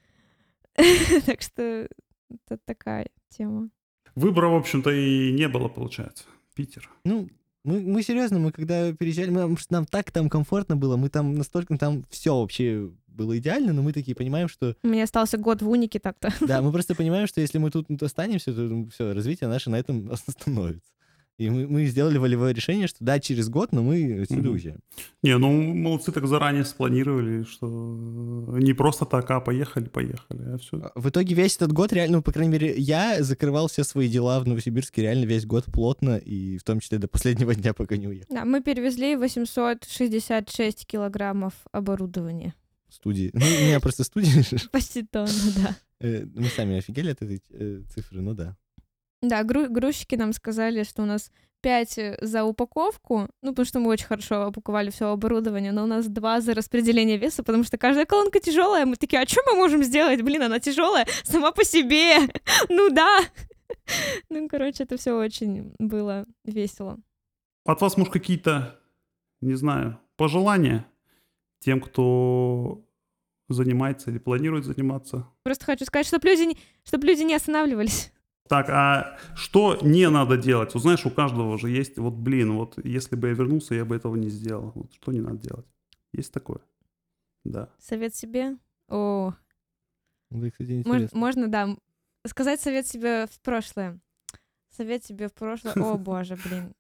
Так что это такая тема. Выбора, в общем-то, и не было, получается. Питер. Ну, мы, мы серьезно, мы когда переезжали, мы, потому что нам так там комфортно было, мы там настолько, там все вообще было идеально, но мы такие понимаем, что, У меня остался год в унике так-то. да, мы просто понимаем, что если мы тут останемся, то все, развитие наше на этом остановится. И мы, мы сделали волевое решение, что да, через год, но мы отсюда Мгм. уезжаем. Не, ну молодцы так заранее спланировали, что не просто так, а поехали, поехали, а все. В итоге весь этот год реально, ну, по крайней мере, я закрывал все свои дела в Новосибирске реально весь год плотно, и в том числе до последнего дня, пока не уехал. Да, мы перевезли восемьсот шестьдесят шесть килограммов оборудования. В студии. Ну, у меня просто студия. Почти тонну, да. Э, Мы сами офигели от этой э, цифры, ну да. Да, гру- грузчики нам сказали, что у нас пять за упаковку, ну, потому что мы очень хорошо упаковали все оборудование, но у нас два за распределение веса, потому что каждая колонка тяжелая. Мы такие, а что мы можем сделать? Блин, она тяжелая сама по себе. Ну да. Ну, короче, это все очень было весело. От вас, может, какие-то, не знаю, пожелания тем, кто занимается или планирует заниматься? Просто хочу сказать, чтобы люди, не- чтоб люди не останавливались. Так, а что не надо делать? Вот знаешь, у каждого же есть, вот, блин, вот если бы я вернулся, я бы этого не сделал. Вот что не надо делать? Есть такое? Да. Совет себе? О, Ну, кстати, мож- интересно. можно, да, м- сказать совет себе в прошлое. Совет себе в прошлое. О, боже, блин.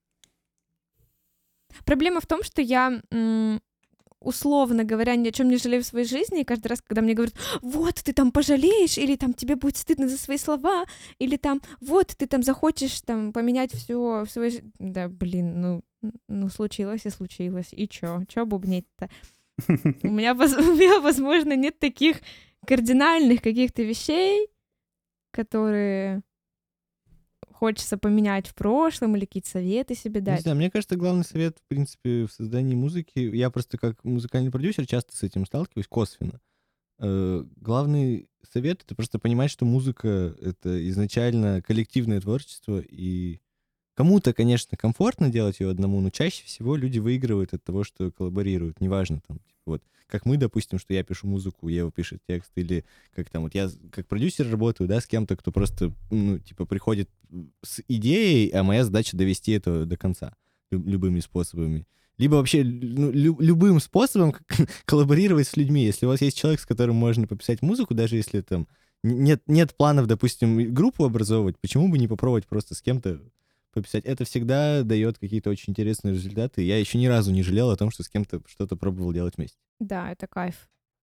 Проблема в том, что я, м, условно говоря, ни о чем не жалею в своей жизни, и каждый раз, когда мне говорят, вот, ты там пожалеешь, или там тебе будет стыдно за свои слова, или там, вот, ты там захочешь там поменять все в своей жизни. Да, блин, ну, ну, случилось и случилось, и чё? Чё бубнить-то? У меня, воз- у меня, возможно, нет таких кардинальных каких-то вещей, которые хочется поменять в прошлом или какие-то советы себе Не дать. знаю, мне кажется, главный совет, в принципе, в создании музыки, я просто как музыкальный продюсер часто с этим сталкиваюсь, косвенно. Э, Главный совет — это просто понимать, что музыка — это изначально коллективное творчество, и кому-то, конечно, комфортно делать ее одному, но чаще всего люди выигрывают от того, что коллаборируют, неважно там, типа, вот, как мы, допустим, что я пишу музыку, Ева пишет текст, или как там, вот я с- как продюсер работаю, да, с кем-то, кто просто, ну, типа, приходит с идеей, а моя задача довести это до конца лю- любыми способами. Либо вообще ну, лю- любым способом коллаборировать с людьми. Если у вас есть человек, с которым можно пописать музыку, даже если там н- нет, нет планов, допустим, группу образовывать, почему бы не попробовать просто с кем-то пописать. Это всегда дает какие-то очень интересные результаты. Я еще ни разу не жалел о том, что с кем-то что-то пробовал делать вместе. Да, это кайф.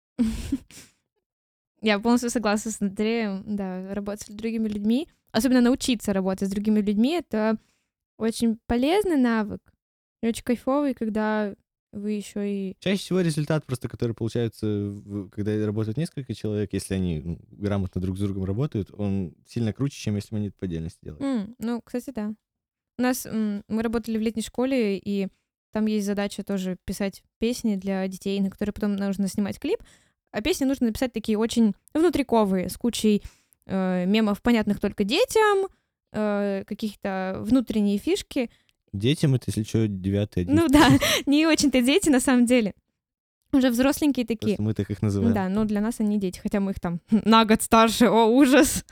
Я полностью согласна с Андреем. Да, работать с другими людьми, особенно научиться работать с другими людьми, это очень полезный навык. И очень кайфовый, когда вы еще и... Чаще всего результат просто, который получается, в- когда работают несколько человек, если они ну, грамотно друг с другом работают, он сильно круче, чем если бы они это по отдельности делают. М, ну, кстати, да. У нас м, мы работали в летней школе, и там есть задача тоже писать песни для детей, на которые потом нужно снимать клип. А песни нужно написать такие очень внутриковые, с кучей э, мемов, понятных только детям, э, каких-то внутренние фишки. Детям это, если что, девятый, Ну одиннадцатый. да, не очень-то дети на самом деле. Уже взросленькие такие. Просто мы так их называем. Да, но для нас они дети, хотя мы их там на год старше, о, ужас.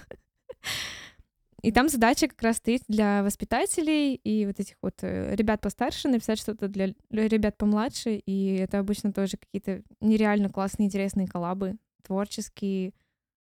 И там задача как раз стоит для воспитателей и вот этих вот э, ребят постарше написать что-то для, для ребят помладше, и это обычно тоже какие-то нереально классные, интересные коллабы, творческие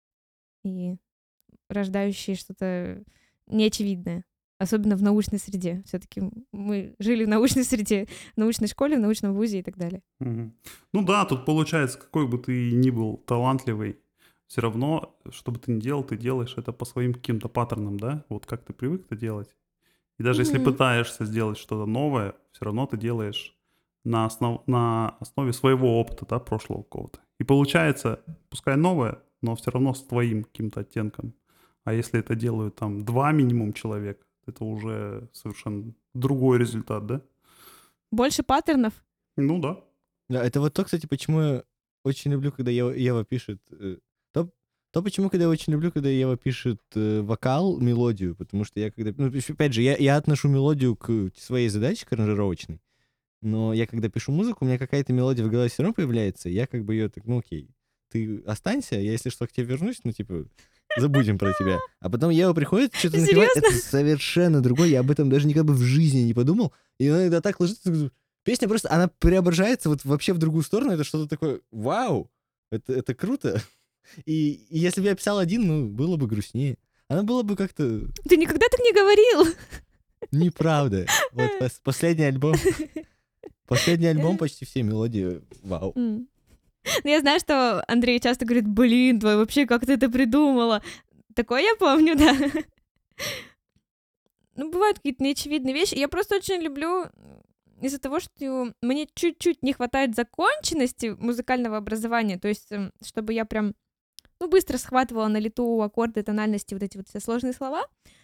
и рождающие что-то неочевидное, особенно в научной среде. Все-таки мы жили в научной среде, в научной школе, в научном вузе и так далее. Мгм. Ну да, тут получается, какой бы ты ни был талантливый, все равно, что бы ты ни делал, ты делаешь это по своим каким-то паттернам, да? Вот как ты привык это делать. И даже если Мгм. пытаешься сделать что-то новое, все равно ты делаешь на, основ- на основе своего опыта, да, прошлого какого-то. И получается, пускай новое, но все равно с твоим каким-то оттенком. А если это делают там два минимум человек, это уже совершенно другой результат, да? Больше паттернов. Ну да. Да, это вот то, кстати, почему я очень люблю, когда Ева, Ева пишет... э, То, то, почему, когда я очень люблю, когда Ева пишет э, вокал, мелодию, потому что я когда... Ну, опять же, я, я отношу мелодию к своей задаче, к аранжировочной, но я когда пишу музыку, у меня какая-то мелодия в голове все равно появляется, я как бы ее так, ну окей, ты останься, я если что к тебе вернусь, ну типа, забудем про тебя. А потом Ева приходит, что-то напевает, это совершенно другое, я об этом даже никогда бы в жизни не подумал, и иногда так ложится, песня просто, она преображается вот вообще в другую сторону, это что-то такое, вау, это, это круто. И, и если бы я писал один, ну, было бы грустнее. Она была бы как-то Ты никогда так не говорил. неправда. Вот пос- последний альбом, последний альбом почти все мелодии, вау. М. Ну, я знаю, что Андрей часто говорит, блин, твой, вообще, как ты это придумала? Такое я помню, да. Ну, бывают какие-то неочевидные вещи. Я просто очень люблю из-за того, что мне чуть-чуть не хватает законченности музыкального образования, то есть, эм, чтобы я прям, ну, быстро схватывала на лету аккорды, тональности, вот эти вот все сложные слова.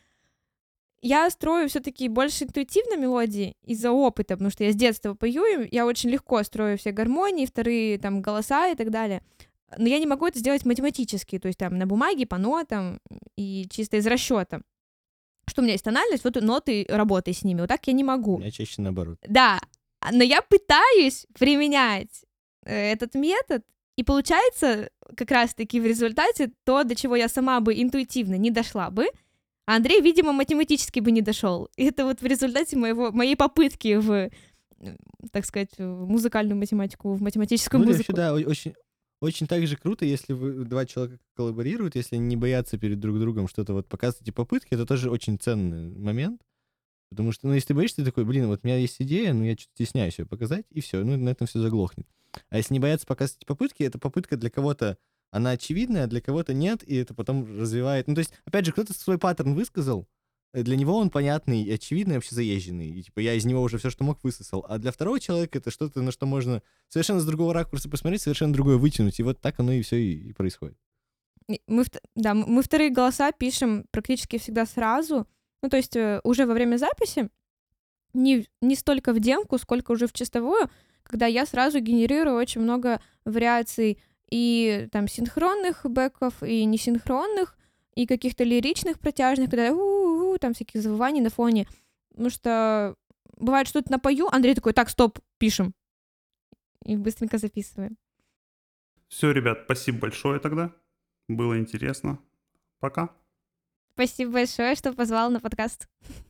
Я строю все-таки больше интуитивно мелодии из-за опыта, потому что я с детства пою, и я очень легко строю все гармонии, вторые там голоса и так далее. Но я не могу это сделать математически, то есть там на бумаге, по нотам и чисто из расчета. Что у меня есть тональность, вот ноты, работай с ними. Вот так я не У могу. меня чаще наоборот. Да, но я пытаюсь применять э, этот метод, и получается как раз-таки в результате то, до чего я сама бы интуитивно не дошла бы, а Андрей, видимо, математически бы не дошел. И это вот в результате моего, моей попытки в, э, так сказать, в музыкальную математику, в математическую Ну, музыку. вообще, да, о- очень, очень так же круто, если вы, два человека коллаборируют, если они не боятся перед друг другом что-то вот показывать, эти попытки, это тоже очень ценный момент. Потому что, ну, если ты боишься, ты такой, блин, вот у меня есть идея, но я что-то стесняюсь ее показать, и все, ну, на этом все заглохнет. А если не бояться показывать эти попытки, это попытка для кого-то, она очевидная, а для кого-то нет, и это потом развивает. Ну, то есть, опять же, кто-то свой паттерн высказал, э, для него он понятный и очевидный, вообще заезженный. И, типа, я из него уже все, что мог, высосал. А для второго человека это что-то, на что можно совершенно с другого ракурса посмотреть, совершенно другое вытянуть. И вот так оно и все и, и происходит. И Мы, вт- да, м- мы вторые голоса пишем практически всегда сразу. Ну, то есть э, уже во время записи, не, не столько в демку, сколько уже в чистовую, когда я сразу генерирую очень много вариаций и там синхронных бэков, и несинхронных, и каких-то лиричных протяжных, когда у-у-у, там всяких завываний на фоне. Потому что бывает, что-то напою, Андрей такой, так, стоп, пишем. И быстренько записываем. Все, ребят, спасибо большое тогда. Было интересно. Пока. Спасибо большое, что позвал на подкаст.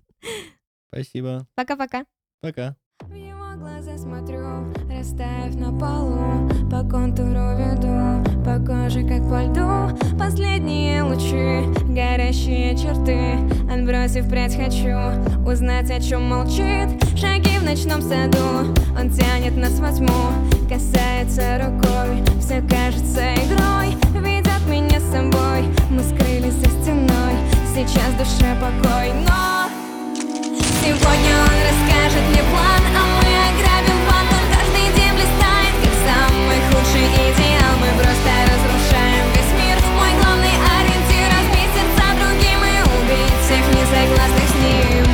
Спасибо. Пока-пока. Пока. В его глаза смотрю, растаяв на полу, по контуру веду, по коже как по льду. Последние лучи, горящие черты Отбросив прядь, хочу узнать, о чем молчит. Шаги в ночном саду, он тянет нас во тьму, касается рукой, все кажется игрой, ведет меня с собой. Мы скрылись за стеной, сейчас в душе покой. Но сегодня он расскажет мне план, а мы ограбим банк. Он каждый день блистает, как самый худший идеал. Мы просто разрушаем весь мир. Мой главный ориентир — разбить сердца другим и убить всех несогласных с ним.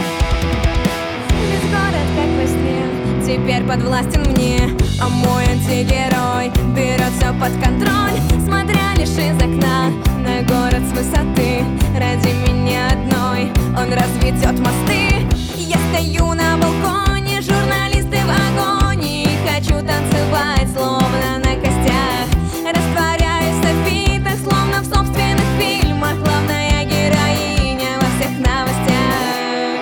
Весь город как во сне теперь подвластен мне, а мой антигерой берет все под контроль, смотря лишь из окна на город с высоты. Ради меня одной он разведет мосты. Я стою на балконе, журналисты в агонии. Хочу танцевать, словно на костях. Растворяюсь в софитах, словно в собственных фильмах. Главная героиня во всех новостях.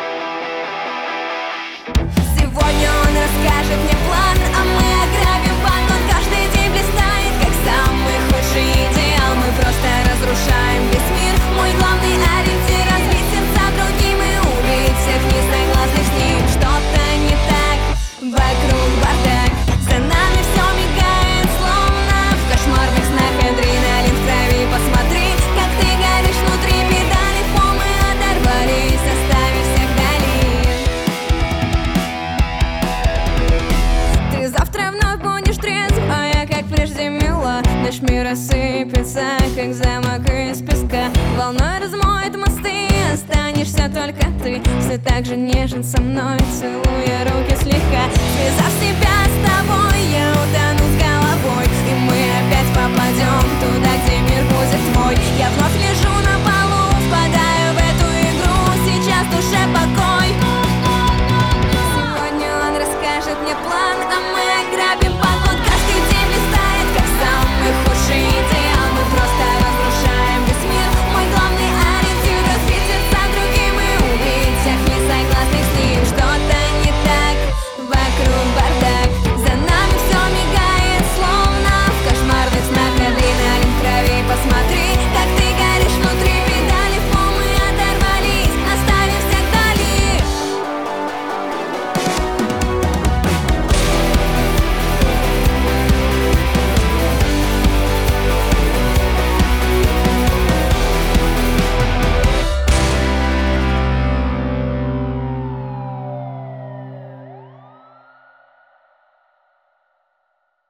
Сегодня он расскажет мне план, а мы ограбим банк. Он каждый день блистает, как самый худший идеал. Мы просто разрушаем весь мир. Мой главный ориентир — разбить сердца другим и убить всех несогласных с ним. Что-то не так, вокруг бардак, за нами все мигает, словно в кошмарных снах. Адреналин в крови, посмотри, как ты горишь внутри. Педали в пол мы оторвались, оставив всех вдали. Ты завтра вновь будешь трезв, а я как прежде мила. Наш мир рассыпется, как замок из песка. Волной размоет мосты, останешься только ты. Все так же нежен со мной, целуя руки слегка. Связав себя с тобой, я утону с головой, и мы опять попадем туда, где мир будет твой. Я вновь лежу на